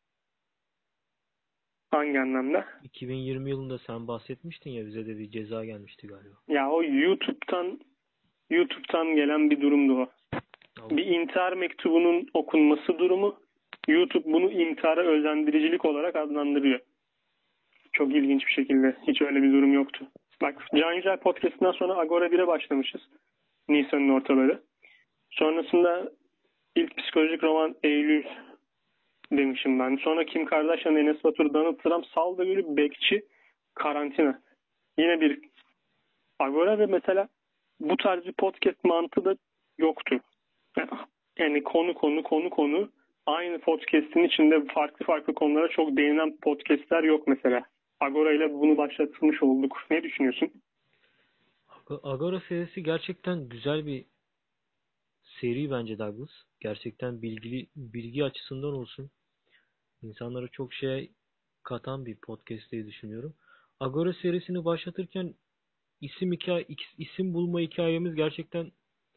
hangi anlamda? iki bin yirmi yılında sen bahsetmiştin ya, bize de bir ceza gelmişti galiba. Ya o YouTube'dan YouTube'dan gelen bir durumdu o. Tamam. Bir intihar mektubunun okunması durumu, YouTube bunu intihara özendiricilik olarak adlandırıyor. Çok ilginç bir şekilde. Hiç öyle bir durum yoktu. Bak Can Yücel Podcast'ından sonra Agora bire başlamışız. Nisan'ın ortaları. Sonrasında ilk psikolojik roman Eylül demişim ben. Sonra Kim Kardashian, Enes Batur, Donald Trump, Salda Gülü, Bekçi, Karantina. Yine bir Agora ve mesela bu tarz bir podcast mantığı da yoktu. Yani konu konu konu konu aynı podcast'in içinde farklı farklı konulara çok değinen podcast'ler yok mesela. Agora ile bunu başlatmış olduk. Ne düşünüyorsun? Agora serisi gerçekten güzel bir seri bence Douglas. Gerçekten bilgili bilgi açısından olsun, İnsanlara çok şey katan bir podcast diye düşünüyorum. Agora serisini başlatırken isim hikaye, isim bulma hikayemiz gerçekten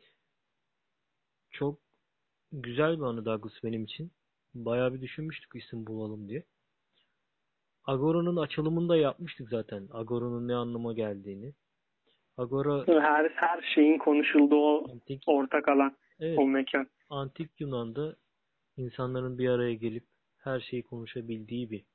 çok güzel bir anı Douglas benim için. Bayağı bir düşünmüştük isim bulalım diye. Agora'nın açılımını da yapmıştık zaten. Agora'nın ne anlama geldiğini. Agora Her her şeyin konuşulduğu o antik, ortak alan, evet, o mekan. antik Yunan'da insanların bir araya gelip her şeyi konuşabildiği bir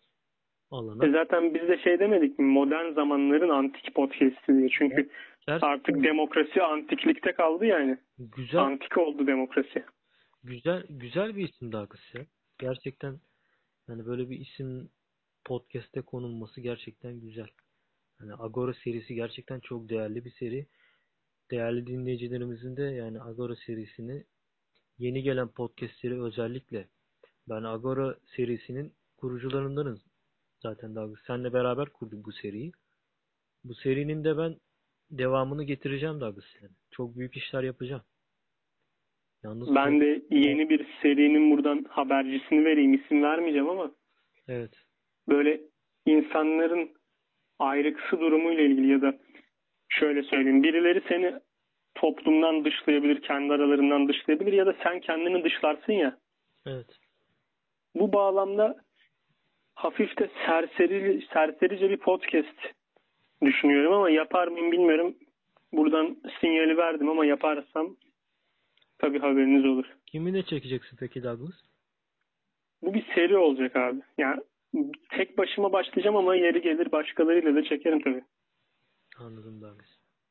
E alana. zaten biz de şey demedik mi? Modern zamanların antik podcast'i diye. Çünkü artık Gerçekten demokrasi antiklikte kaldı yani. güzel Antik oldu demokrasi. güzel güzel bir isim Douglas ya. Gerçekten yani böyle bir isim podcast'te konulması gerçekten güzel. Yani Agora serisi gerçekten çok değerli bir seri. Değerli dinleyicilerimizin de yani Agora serisini, yeni gelen podcastleri özellikle, ben Agora serisinin kurucularındanım zaten Douglas. Seninle beraber kurduk bu seriyi. Bu serinin de ben devamını getireceğim Douglas yani. Çok büyük işler yapacağım. Yalnız son... Ben de yeni bir serinin buradan habercisini vereyim. İsim vermeyeceğim ama Evet. böyle insanların ayrıksı durumuyla ilgili ya da şöyle söyleyeyim. Birileri seni toplumdan dışlayabilir, kendi aralarından dışlayabilir ya da sen kendini dışlarsın ya. Evet. Bu bağlamda hafif de serseri, serserice bir podcast düşünüyorum ama yapar mıyım bilmiyorum. Buradan sinyali verdim ama yaparsam tabii haberiniz olur. Kiminle çekeceksin peki Douglas? Bu bir seri olacak abi. Yani tek başıma başlayacağım ama yeri gelir başkalarıyla da çekerim tabii. Anladım Douglas.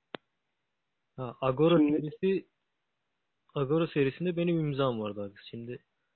Ha, Agora Şimdi serisi Agora serisinde benim imzam var Douglas. Şimdi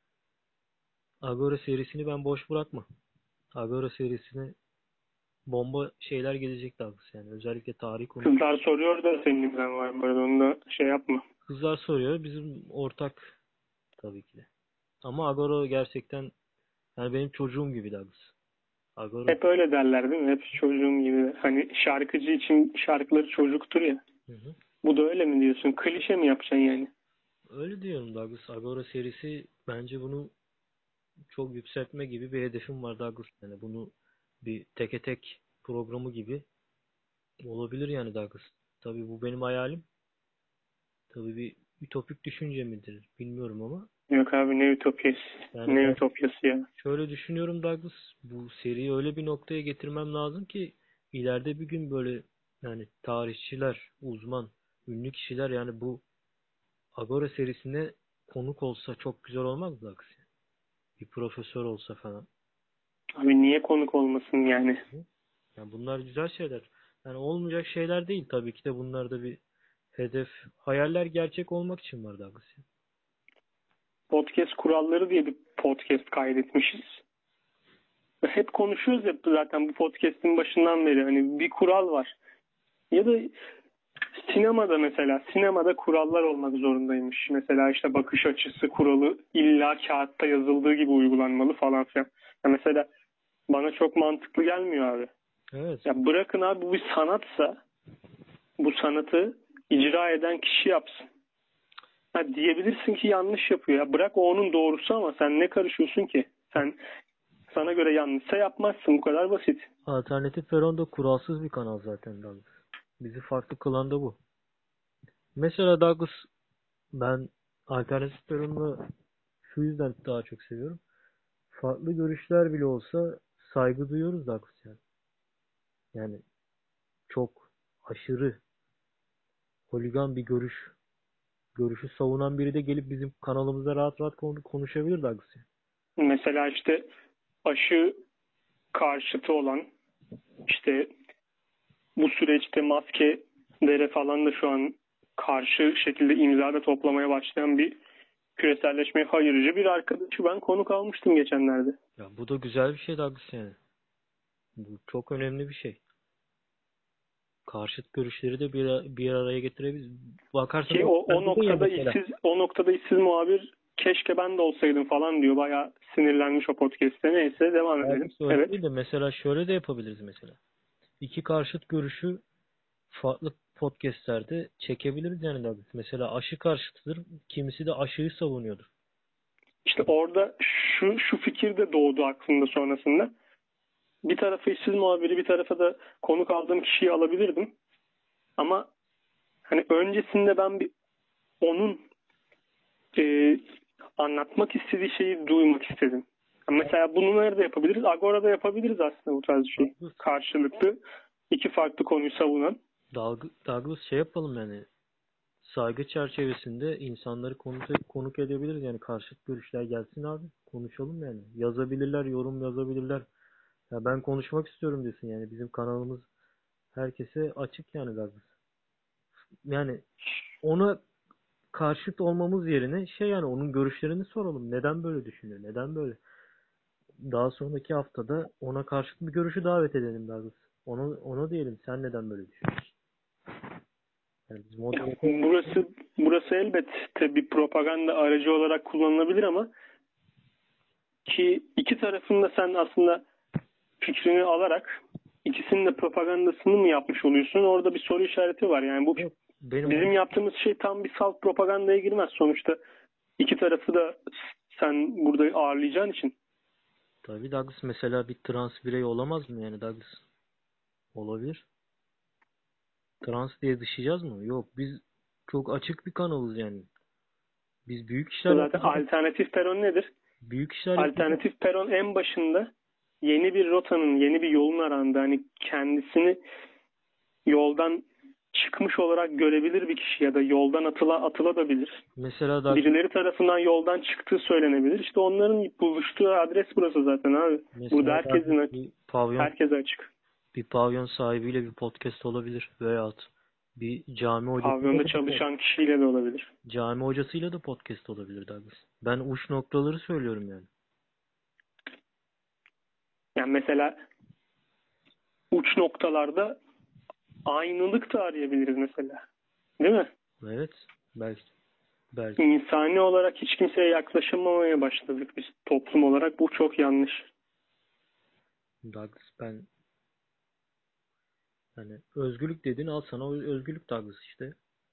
Agora serisini ben boş bırakma. Agora serisine bomba şeyler gelecek Douglas yani. Özellikle tarih konusu. kızlar soruyor da senin imzan var bu arada onu da şey yapma. Kızlar soruyor. Bizim ortak tabii ki de. Ama Agora gerçekten yani benim çocuğum gibi Douglas. Agora. Hep öyle derler değil mi? Hep çocuğum gibi. Hani şarkıcı için şarkıları çocuktur ya. Hı hı. Bu da öyle mi diyorsun? Klişe mi yapacaksın yani? Öyle diyorum Douglas. Agora serisi bence bunu çok yükseltme gibi bir hedefim var Douglas. Yani bunu bir teke tek programı gibi olabilir yani Douglas. Tabii bu benim hayalim. Tabii bir ütopik düşünce midir bilmiyorum ama Yok abi ne ütopyası. yani Ne ben ütopyası ya. şöyle düşünüyorum Douglas. Bu seriyi öyle bir noktaya getirmem lazım ki ileride bir gün böyle yani tarihçiler, uzman, ünlü kişiler yani bu Agora serisine konuk olsa çok güzel olmaz mı Douglas? Bir profesör olsa falan. Abi niye konuk olmasın yani? Hı? Yani bunlar güzel şeyler. Yani olmayacak şeyler değil tabii ki de, bunlar da bir hedef. Hayaller gerçek olmak için var Douglas. Podcast kuralları diye bir podcast kaydetmişiz. Hep konuşuyoruz hep zaten bu podcast'in başından beri. Hani bir kural var. Ya da sinemada mesela sinemada kurallar olmak zorundaymış. Mesela işte bakış açısı kuralı illa kağıtta yazıldığı gibi uygulanmalı falan filan. Ya mesela bana çok mantıklı gelmiyor abi. Evet. Ya bırakın abi bu bir sanatsa bu sanatı icra eden kişi yapsın. Ha diyebilirsin ki yanlış yapıyor. Ya bırak o onun doğrusu ama sen ne karışıyorsun ki? Sen sana göre yanlışsa yapmazsın. Bu kadar basit. Alternatif Veron da kuralsız bir kanal zaten Douglas. Bizi farklı kılan da bu. Mesela Douglas, ben Alternatif Veron'u şu yüzden daha çok seviyorum. Farklı görüşler bile olsa saygı duyuyoruz Douglas yani. Yani çok aşırı holigan bir görüş görüşü savunan biri de gelip bizim kanalımızda rahat rahat konu- konuşabilir Douglas yani. Mesela işte aşı karşıtı olan işte bu süreçte maskelere falan da şu an karşı şekilde imzada toplamaya başlayan bir küreselleşmeye hayırcı bir arkadaşı ben konuk almıştım geçenlerde. Ya bu da güzel bir şey Douglas yani. Bu çok önemli bir şey. Karşıt görüşleri de bir, bir araya getirebiliriz. Bakarsan Ki o, o sen dedin ya noktada mesela. işsiz o noktada işsiz muhabir keşke ben de olsaydım falan diyor. Bayağı sinirlenmiş o podcast'te. Neyse devam edelim. Douglas öyle Evet. değil de mesela şöyle de yapabiliriz mesela. İki karşıt görüşü farklı podcastlerde çekebiliriz yani Douglas. Mesela aşı karşıtıdır. Kimisi de aşıyı savunuyordur. İşte orada şu şu fikir de doğdu aklımda sonrasında. Bir tarafa işsiz muhabiri bir tarafa da konuk aldığım kişiyi alabilirdim. Ama hani öncesinde ben bir onun e, anlatmak istediği şeyi duymak istedim. Mesela bunu nerede yapabiliriz? Agora'da yapabiliriz aslında bu tarz bir şey. Douglas, Karşılıklı iki farklı konuyu savunan. Doug- Douglas şey yapalım yani. Saygı çerçevesinde insanları konuk, konuk edebiliriz. Yani karşıt görüşler gelsin abi. Konuşalım yani. Yazabilirler, yorum yazabilirler. Ya ben konuşmak istiyorum desin yani. Bizim kanalımız herkese açık yani Douglas. Yani ona karşıt olmamız yerine şey yani onun görüşlerini soralım. Neden böyle düşünüyor? Neden böyle? Daha sonraki haftada ona karşıt bir görüşü davet edelim Douglas. Ona, ona diyelim sen neden böyle düşünüyorsun? Yani biz moderatör Burası burası elbette bir propaganda aracı olarak kullanılabilir ama ki iki tarafında sen aslında fikrini alarak ikisinin de propagandasını mı yapmış oluyorsun? Orada bir soru işareti var. Yani bu yok. Benim bizim yaptığımız şey tam bir salt propagandaya girmez. Sonuçta iki tarafı da sen burada ağırlayacağın için. tabii Douglas mesela bir trans birey olamaz mı yani Douglas? Olabilir. Trans diye dışayacağız mı? Yok. Biz çok açık bir kanalız yani. Biz büyük işler Zaten yapacağız. alternatif peron nedir? Büyük işler yapacağız. Alternatif peron en başında yeni bir rotanın, yeni bir yolun arandığı, hani kendisini yoldan çıkmış olarak görebilir bir kişi ya da yoldan atıla atılabilir. Mesela Douglas, Birileri tarafından yoldan çıktığı söylenebilir. İşte onların buluştuğu adres burası zaten abi. Burada mesela herkesin Douglas bir pavyon herkese açık. bir pavyon sahibiyle bir podcast olabilir veyahut bir cami hocasıyla Pavyonda da bir pod- çalışan kişiyle de olabilir. cami hocasıyla da podcast olabilir Douglas. Ben uç noktaları söylüyorum yani. Yani mesela uç noktalarda aynılık da arayabiliriz mesela. Değil mi? Evet. Belki belki İnsani olarak hiç kimseye yaklaşamamaya başladık biz toplum olarak. Bu çok yanlış. Douglas ben hani özgürlük dedin al sana o özgürlük Douglas işte.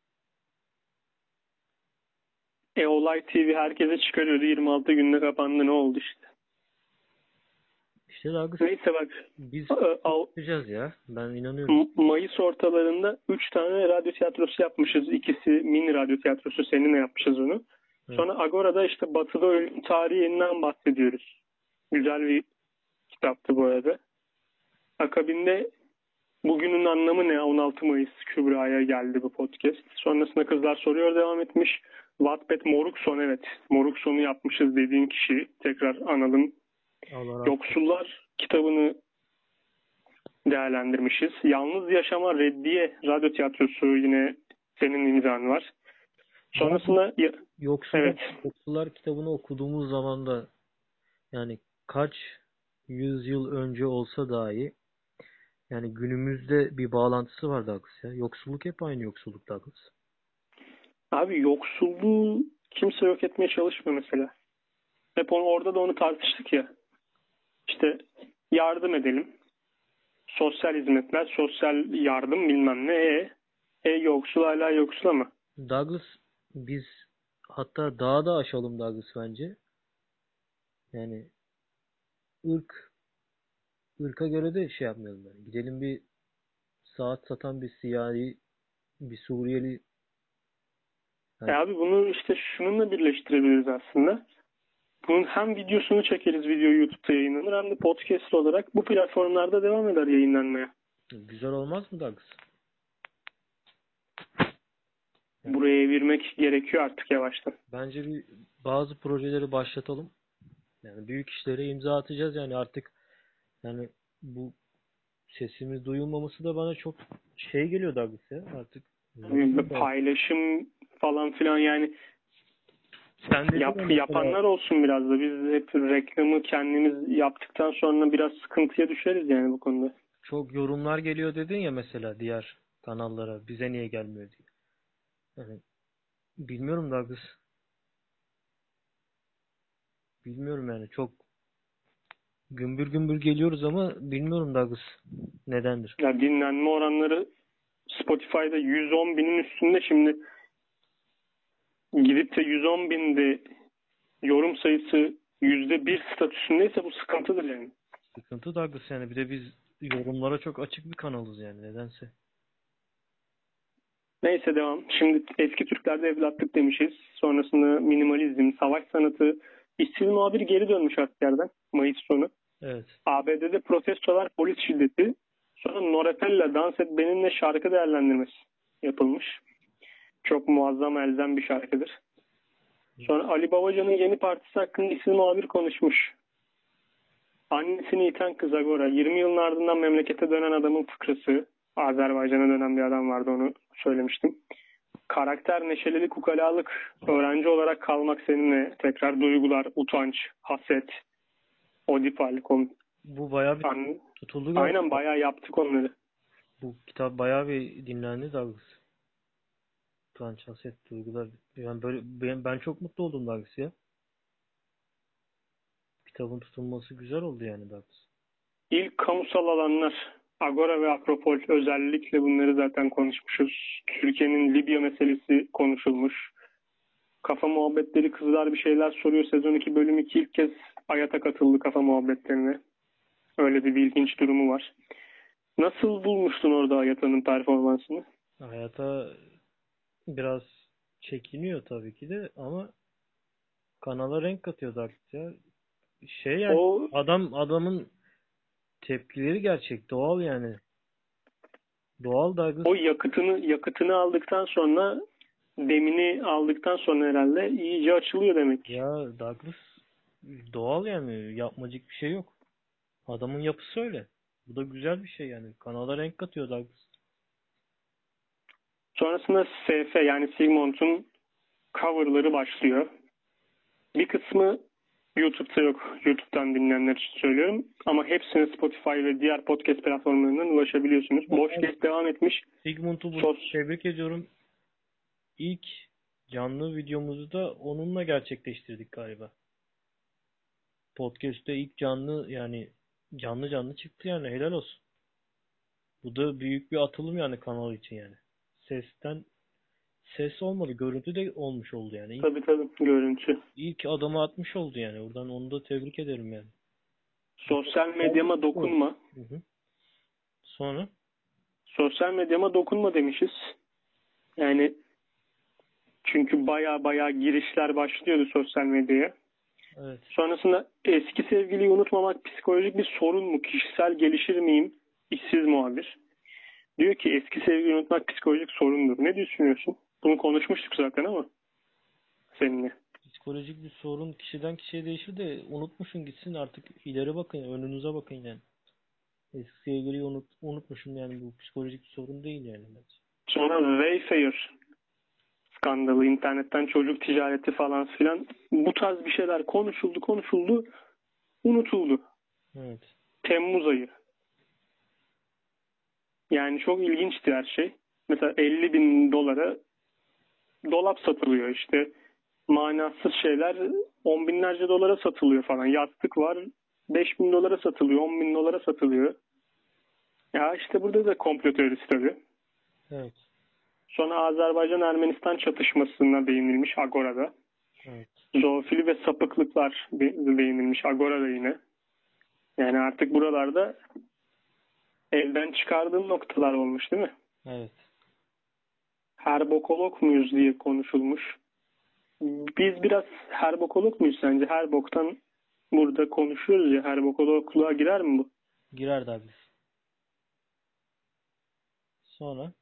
E Olay T V herkese çıkarıyordu. yirmi altı günde kapandı. Ne oldu işte. İşte Douglas Neyse bak. biz e, Av- yapacağız ya. Ben inanıyorum. M- Mayıs ortalarında üç tane radyo tiyatrosu yapmışız. İkisi mini radyo tiyatrosu. Seninle yapmışız onu. Evet. Sonra Agora'da işte Batı'da ölüm tarihinden bahsediyoruz. Güzel bir kitaptı bu arada. Akabinde bugünün anlamı ne? on altı Mayıs Kübra'ya geldi bu podcast. Sonrasında Kızlar Soruyor devam etmiş. Wattpad Morukson, evet. Morukson'u yapmışız dediğin kişi. Tekrar analım. Allah razı olsun. Yoksullar kitabını değerlendirmişiz. Yalnız Yaşama Reddiye radyo tiyatrosu yine senin imzan var. Sonrasında ya- Yoksullar, Evet. Yoksullar kitabını okuduğumuz zaman da yani kaç yüzyıl önce olsa dahi yani günümüzde bir bağlantısı var Douglas ya. Yoksulluk hep aynı yoksulluk Douglas. Abi yoksulluğu kimse yok etmeye çalışmıyor mesela. Hep onu, orada da onu tartıştık ya. İşte yardım edelim. Sosyal hizmetler, sosyal yardım bilmem ne. E, e yoksul hala yoksul ama. Douglas biz hatta daha da aşalım Douglas bence. Yani ırk ırka göre de şey yapmayalım yani. Gidelim bir saat satan bir siyahi, bir Suriyeli E yani abi bunu işte şununla birleştirebiliriz aslında. Bunun hem videosunu çekeriz, video YouTube'da yayınlanır, hem de podcast olarak bu platformlarda devam eder yayınlanmaya. güzel olmaz mı Douglas? Yani Buraya evirmek gerekiyor artık yavaştan. bence bir bazı projeleri başlatalım. Yani büyük işlere imza atacağız yani artık yani bu sesimiz duyulmaması da bana çok şey geliyor Douglas ya artık Yani bir zaman da paylaşım falan filan yani sen dedin ya yap, mesela yapanlar olsun biraz da. Biz hep reklamı kendimiz yaptıktan sonra biraz sıkıntıya düşeriz yani bu konuda. çok yorumlar geliyor dedin ya mesela diğer kanallara bize niye gelmiyor diye. Yani bilmiyorum Douglas. Bilmiyorum yani çok gümbür gümbür geliyoruz ama bilmiyorum Douglas. Nedendir? Yani dinlenme oranları Spotify'da yüz on binin üstünde, şimdi gidip de yüz on binde yorum sayısı yüzde bir statüsündeyse bu sıkıntıdır yani. Sıkıntı Douglas yani bir de biz yorumlara çok açık bir kanalız yani nedense. Neyse devam. Şimdi eski Türklerde evlatlık demişiz. Sonrasında minimalizm, savaş sanatı, işsiz muhabir geri dönmüş askerden Mayıs sonu. Evet. A B D'de protestolar, polis şiddeti. Sonra Norepella Dans Et Benimle şarkı değerlendirmesi yapılmış. Çok muazzam elzem bir şarkıdır. Sonra Ali Babacan'ın yeni partisi hakkında işsiz muhabir konuşmuş. Annesini iten kız Agora. yirmi yılın ardından memlekete dönen adamın fıkrası. Azerbaycan'a dönen bir adam vardı, onu söylemiştim. Karakter, neşelilik, ukalalık, öğrenci olarak kalmak seninle, tekrar duygular, utanç, haset, Odipal, kom Bu bayağı bir An- tutuldu aynen galiba. bayağı yaptık onları. Bu kitap bayağı bir dinlendi Douglas. Utanç, haset, duygular. Yani böyle ben, ben çok mutlu oldum Douglas ya. Kitabın tutulması güzel oldu yani Douglas. İlk kamusal alanlar, Agora ve Akropol, özellikle bunları zaten konuşmuşuz. Türkiye'nin Libya meselesi konuşulmuş. Kafa muhabbetleri, kızlar bir şeyler soruyor. Sezon iki bölüm iki ilk kez Hayat'a katıldı kafa muhabbetlerine. Öyle de bir ilginç durumu var. Nasıl bulmuştun orada Hayat'ın performansını? Hayata biraz çekiniyor tabii ki de ama kanala renk katıyor Douglas ya. Şey yani O adam adamın tepkileri gerçek, doğal yani. Doğal Douglas o yakıtını yakıtını aldıktan sonra, demini aldıktan sonra herhalde iyice açılıyor demek. ya Douglas doğal yani yapmacık bir şey yok. Adamın yapısı öyle. Bu da güzel bir şey yani. Kanala renk katıyor Douglas. Sonrasında S F yani Sigmund'un coverları başlıyor. Bir kısmı YouTube'da yok. YouTube'dan dinleyenler için söylüyorum. Ama hepsine Spotify ve diğer podcast platformlarından ulaşabiliyorsunuz. Boş Geç devam etmiş. Sigmund'u burada Sos. tebrik ediyorum. İlk canlı videomuzu da onunla gerçekleştirdik galiba. Podcast'te ilk canlı yani canlı canlı çıktı yani helal olsun. Bu da büyük bir atılım yani kanal için yani. Sesten ses olmadı, görüntü de olmuş oldu yani. İlk, Tabii tabii, görüntü. ilk adamı atmış oldu yani. Oradan onu da tebrik ederim yani. Sosyal medyama dokunma. Hı hı. Sonra Sosyal medyama dokunma demişiz. Yani çünkü baya baya girişler başlıyordu sosyal medyaya. evet. Sonrasında eski sevgiliyi unutmamak psikolojik bir sorun mu? Kişisel gelişir miyim? İşsiz muhabir. Diyor ki eski sevgiliyi unutmak psikolojik sorundur. Ne düşünüyorsun? Bunu konuşmuştuk zaten ama seninle. Psikolojik bir sorun kişiden kişiye değişir de unutmuşsun gitsin artık ileri bakın, önünüze bakın yani. Eski sevgiliyi unut, unutmuşum yani bu psikolojik bir sorun değil yani bence. Sonra Wayfair. skandalı, internetten çocuk ticareti falan filan. Bu tarz bir şeyler konuşuldu konuşuldu unutuldu. Evet. Temmuz ayı. Yani çok ilginçti her şey. Mesela elli bin dolara dolap satılıyor işte. Manasız şeyler on binlerce dolara satılıyor falan. Yastık var beş bin dolara satılıyor, on bin dolara satılıyor. Ya işte burada da komplo teorisi tabii. Evet. Sonra Azerbaycan-Ermenistan çatışmasına değinilmiş Agora'da. Evet. Zoofili ve sapıklıklar değinilmiş Agora'da yine. Yani artık buralarda elden çıkardığın noktalar olmuş değil mi? Evet. Herbokolog muyuz diye konuşulmuş. Biz biraz herbokolog muyuz sence? Her boktan burada konuşuyoruz ya. Herbokologluğa girer mi bu? Girer Douglas. Sonra?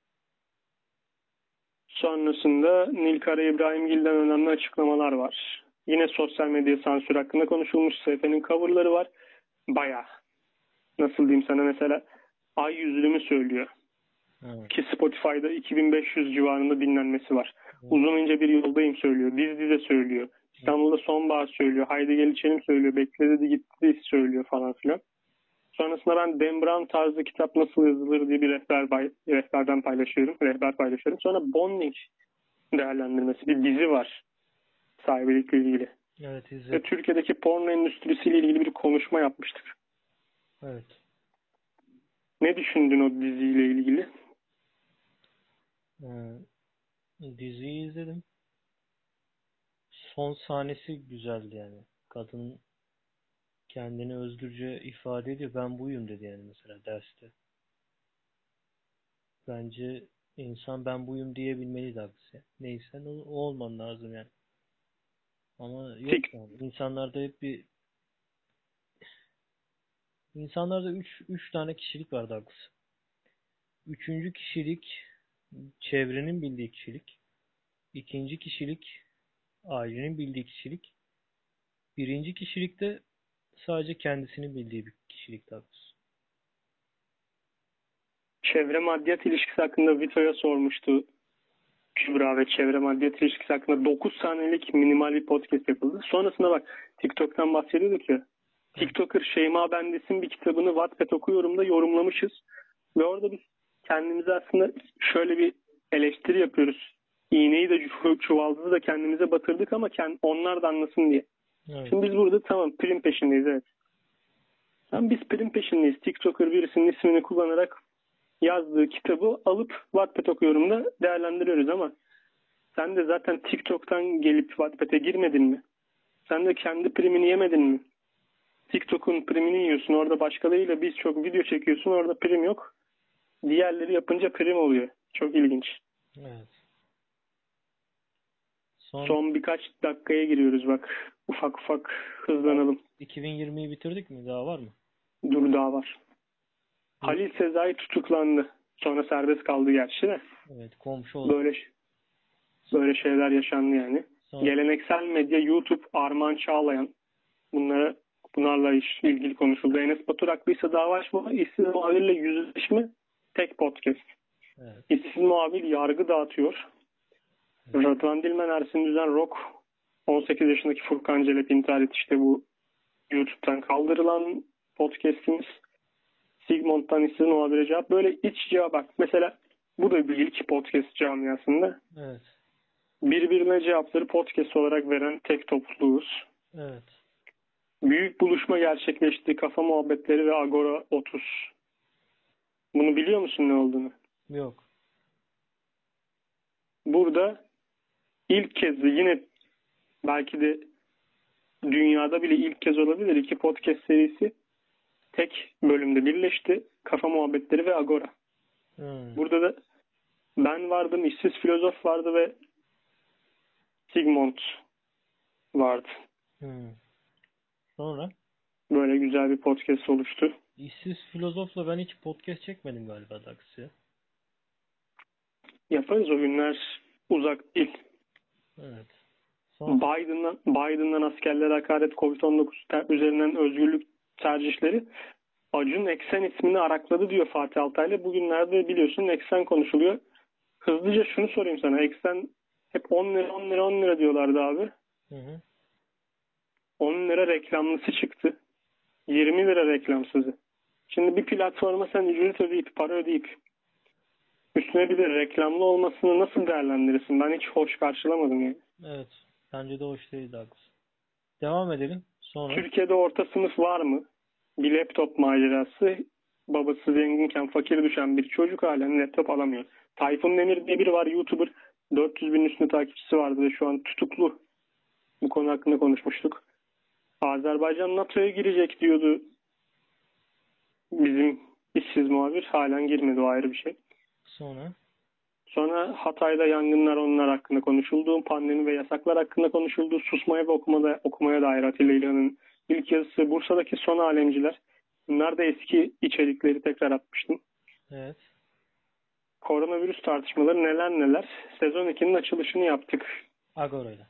Sonrasında Nilkara İbrahimgil'den önemli açıklamalar var. Yine sosyal medya sansür hakkında konuşulmuş. S F'nin coverları var. Bayağı. Nasıl diyeyim sana, mesela ay yüzlümü söylüyor. Evet. Ki Spotify'da iki bin beş yüz civarında dinlenmesi var. Evet. Uzun ince bir yoldayım söylüyor. Diz dize söylüyor. İstanbul'da sonbahar söylüyor. Haydi gel içelim söylüyor. Bekle dedi gitti söylüyor falan filan. Sonrasında ben Dan Brown tarzı kitap nasıl yazılır diye bir rehber pay, rehberden paylaşıyorum. Rehber paylaşıyorum. Sonra Bonding değerlendirmesi. Bir dizi var sahibilikle ilgili. Evet, Ve izledim. Türkiye'deki porno endüstrisiyle ilgili bir konuşma yapmıştık. Evet. Ne düşündün o diziyle ilgili? Ee, diziyi izledim. Son sahnesi güzeldi yani. Kadın kendini özgürce ifade ediyor. Ben buyum dedi yani mesela derste. Bence insan ben buyum diyebilmeli Douglas. Neyse o, o olman lazım yani. Ama yok Tik, yani. İnsanlarda hep bir insanlarda üç, üç tane kişilik var Douglas. Üçüncü kişilik çevrenin bildiği kişilik. İkinci kişilik ailenin bildiği kişilik. Birinci kişilikte sadece kendisinin bildiği bir kişilik Douglas. çevre maddiyat ilişkisi hakkında Vito'ya sormuştu Kübra ve çevre maddiyat ilişkisi hakkında dokuz saniyelik minimal bir podcast yapıldı. Sonrasında bak, TikTok'tan bahsediyorduk ya. Evet. TikToker Şeyma Bendis'in bir kitabını Wattpad okuyorum'da yorumlamışız. Ve orada biz kendimize aslında şöyle bir eleştiri yapıyoruz. İğneyi de çuvaldızı da kendimize batırdık ama onlar da anlasın diye. Evet. Şimdi biz burada tamam prim peşindeyiz, evet. Tamam, biz prim peşindeyiz. TikToker birisinin ismini kullanarak yazdığı kitabı alıp Wattpad okuyorum'da değerlendiriyoruz ama sen de zaten TikTok'tan gelip Wattpad'e girmedin mi? Sen de kendi primini yemedin mi? TikTok'un primini yiyorsun. Orada başkalarıyla birçok video çekiyorsun. Orada prim yok. Diğerleri yapınca prim oluyor. Çok ilginç. Evet. Son Son birkaç dakikaya giriyoruz bak. Ufak ufak hızlanalım. iki bin yirmiyi bitirdik mi? Daha var mı? Dur, daha var. Hı? Halil Sezai tutuklandı. Sonra serbest kaldı gerçi de. Evet, komşu oldu. Böyle böyle şeyler yaşandı yani. Sonra Geleneksel medya, YouTube, Arman Çağlayan. Bunlara bunlarla iş, ilgili konuşuldu. Enes Batur haklıysa dava açma, işsiz muhabirle yüzleşme tek podcast. evet. İşsiz muhabir yargı dağıtıyor. Evet. Rıdvan Dilmen, Ersin Düzen, Rock, on sekiz yaşındaki Furkan Celep intihar etti. İşte bu YouTube'dan kaldırılan podcastimiz. Sigmund'dan işsiz muhabire cevap. Böyle iç cevap bak. Mesela bu da bir ilk podcast camiasında. Evet. Birbirine cevapları podcast olarak veren tek topluluğuz. Evet. Büyük buluşma gerçekleşti. Kafa muhabbetleri ve Agora otuz. Bunu biliyor musun ne olduğunu? Yok. Burada ilk kez de yine belki de dünyada bile ilk kez olabilir. İki podcast serisi tek bölümde birleşti. Kafa muhabbetleri ve Agora. Hmm. Burada da ben vardım, işsiz filozof vardı ve Sigmund vardı. Hmm. Sonra Böyle güzel bir podcast oluştu. işsiz filozofla ben hiç podcast çekmedim galiba Douglas ya. Yaparız, o günler uzak değil. Evet. Sonra Biden'dan, Biden'dan askerlere hakaret, covid on dokuz üzerinden özgürlük tercihleri. Acun Eksen ismini arakladı diyor Fatih Altaylı. Bugünlerde biliyorsun Eksen konuşuluyor. Hızlıca şunu sorayım sana. Eksen Hep on lira on lira on lira diyorlardı abi. Hı hı. on lira reklamlısı çıktı. yirmi lira reklamsızı. Şimdi bir platforma sen ücret ödeyip, para ödeyip üstüne bir de reklamlı olmasını nasıl değerlendirirsin? Ben hiç hoş karşılamadım yani. Evet. Bence de hoş değil Douglas. Devam edelim. Sonra. Türkiye'de orta sınıf var mı? Bir laptop macerası. Babası zenginken fakir düşen bir çocuk halen laptop alamıyor. Tayfun Demir diye biri var, YouTuber. dört yüz binin üstünde takipçisi vardı ve şu an tutuklu. Bu konu hakkında konuşmuştuk. Azerbaycan NATO'ya girecek diyordu bizim işsiz muhabir. Halen girmedi, o ayrı bir şey. Sonra. Sonra Hatay'da yangınlar, onlar hakkında konuşuldu. Pandemi ve yasaklar hakkında konuşuldu. Susmaya ve okumada, okumaya dair Atilla İlhan'ın ilk yazısı. Bursa'daki son alemciler. Bunlar da eski içerikleri tekrar atmıştım. Evet. Koronavirüs tartışmaları neler neler. Sezon ikinin açılışını yaptık. Agora'yla.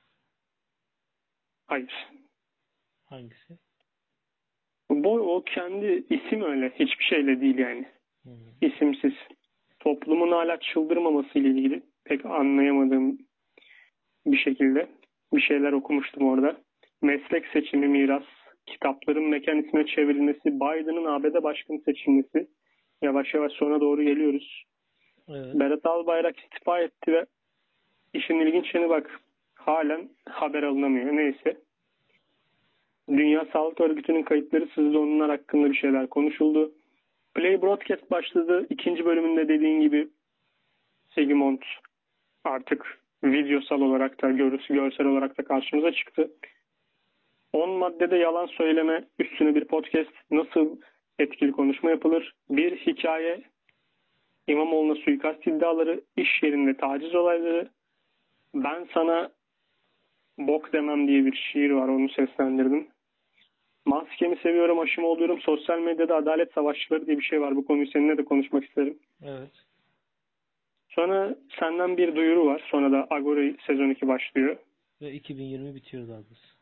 Hayır. Hangisi? Bu o kendi isim öyle. Hiçbir şeyle değil yani. Hı hı. İsimsiz. Toplumun hala çıldırmaması ile ilgili pek anlayamadığım bir şekilde bir şeyler okumuştum orada. Meslek seçimi, miras, kitapların mekanizmaya çevrilmesi, Biden'ın A B D başkanı seçilmesi. Yavaş yavaş sona doğru geliyoruz. Evet. Berat Albayrak istifa etti ve işin ilginç yanı bak, halen haber alınamıyor. Neyse. Dünya Sağlık Örgütü'nün kayıtları sızdı. Onlar hakkında bir şeyler konuşuldu. Play Broadcast başladı. İkinci bölümünde dediğin gibi Sigmund artık videosal olarak da görsel olarak da karşımıza çıktı. on maddede yalan söyleme üstüne bir podcast, nasıl etkili konuşma yapılır? Bir hikaye, İmamoğlu'na suikast iddiaları, iş yerinde taciz olayları, ben sana bok demem diye bir şiir var, onu seslendirdim. Maskemi seviyorum, aşımı oluyorum, sosyal medyada adalet savaşçıları diye bir şey var. Bu konuyu seninle de konuşmak isterim. Evet. Sonra senden bir duyuru var. Sonra da Agora sezon iki başlıyor. Ve iki bin yirmi bitiyor Douglas.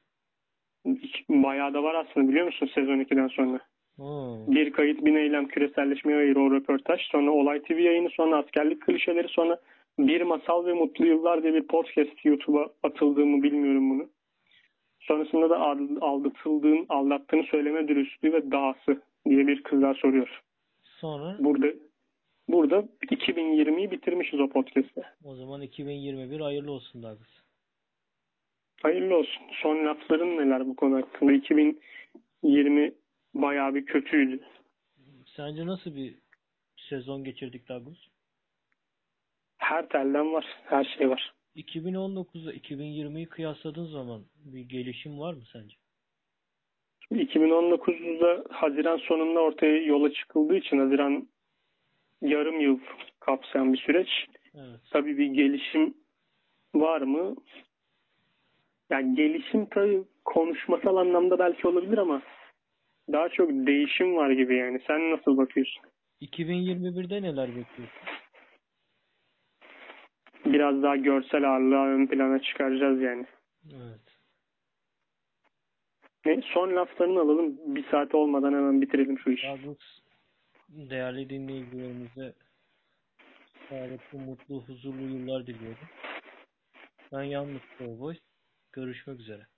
Bayağı da var aslında, biliyor musun, sezon ikiden sonra. Oo. Bir kayıt, bir eylem, küreselleşmeye ayır, o röportaj. Sonra Olay T V yayını, sonra askerlik klişeleri, sonra Bir Masal ve Mutlu Yıllar diye bir podcast YouTube'a atıldığımı bilmiyorum bunu. Sonrasında da aldatıldığın, aldattığını söyleme dürüstlüğü ve dahası diye bir kızlar soruyor. Sonra. Burada burada iki bin yirmiyi bitirmişiz o podcast'te. O zaman iki bin yirmi bir hayırlı olsun Douglas. Hayırlı olsun. Son lafların neler bu konu hakkında? iki bin yirmi bayağı bir kötüydü. Sence nasıl bir sezon geçirdik Douglas? Her telden var. Her şey var. iki bin on dokuzla iki bin yirmiyi kıyasladığın zaman bir gelişim var mı sence? iki bin on dokuzda Haziran sonunda ortaya yola çıkıldığı için Haziran yarım yıl kapsayan bir süreç. Evet. Tabii bir gelişim var mı? Yani gelişim tabii konuşmasal anlamda belki olabilir ama daha çok değişim var gibi yani. Sen nasıl bakıyorsun? iki bin yirmi birde neler bekliyorsun? Biraz daha görsel ağırlığı ön plana çıkaracağız yani. Evet. Ne? Son laflarını alalım. Bir saat olmadan hemen bitirelim şu işi. Douglas, değerli dinleyicilerimize sağlıklı, mutlu, huzurlu yıllar diliyorum. Ben Yalnız Cowboy. Görüşmek üzere.